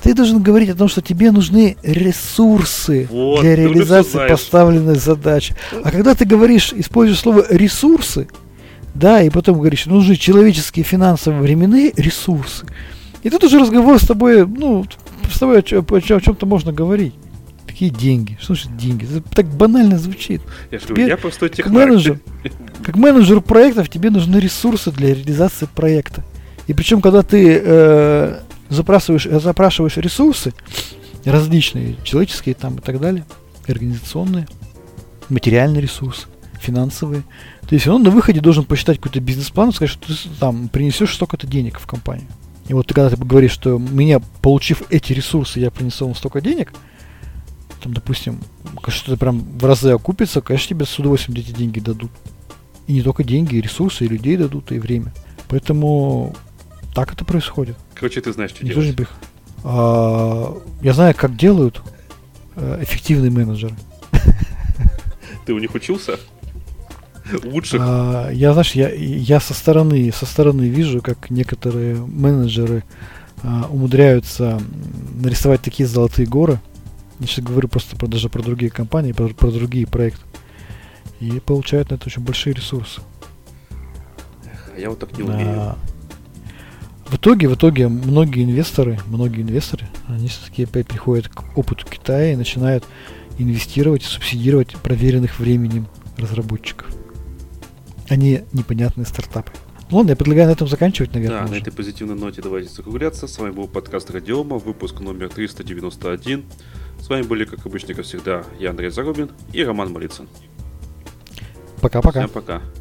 Ты должен говорить о том, что тебе нужны ресурсы Вот, для ты уже всё реализации знаешь. поставленной задачи. А когда ты говоришь, используешь слово ресурсы, да, и потом говоришь, нужны человеческие, финансовые, временные ресурсы. И тут уже разговор с тобой, ну, с тобой о чем-то можно говорить. Какие деньги? Что значит деньги? Это так банально звучит. Я же говорю, я простой Как технарь. менеджер проектов тебе нужны ресурсы для реализации проекта. И причем, когда ты запрашиваешь ресурсы различные, человеческие там и так далее, организационные, материальные ресурсы, финансовые, то есть он на выходе должен посчитать какой-то бизнес-план и сказать, что ты там принесешь столько-то денег в компанию. И вот ты когда ты говоришь, что получив эти ресурсы, я принесу вам столько денег, там, допустим, что-то прям в разы окупится, конечно, тебе с удовольствием эти деньги дадут. И не только деньги, и ресурсы, и людей дадут, и время. Поэтому так это происходит. Короче, ты знаешь, что Никто же делать. я знаю, как делают эффективные менеджеры. Ты у них учился? Лучших? Я со стороны вижу, как некоторые менеджеры умудряются нарисовать такие золотые горы. Я сейчас говорю просто даже про другие компании, про другие проекты. И получают на это очень большие ресурсы. А я вот так не умею. В итоге многие инвесторы, они все-таки опять приходят к опыту Китая и начинают инвестировать, субсидировать проверенных временем разработчиков, а не непонятные стартапы. Ладно, я предлагаю на этом заканчивать, наверное. Да, уже. на этой позитивной ноте давайте закругляться. С вами был подкаст Радиома, выпуск номер 391. С вами были, как обычно, как всегда, я, Андрей Зарубин, и Роман Малицын. Пока-пока. Всем пока.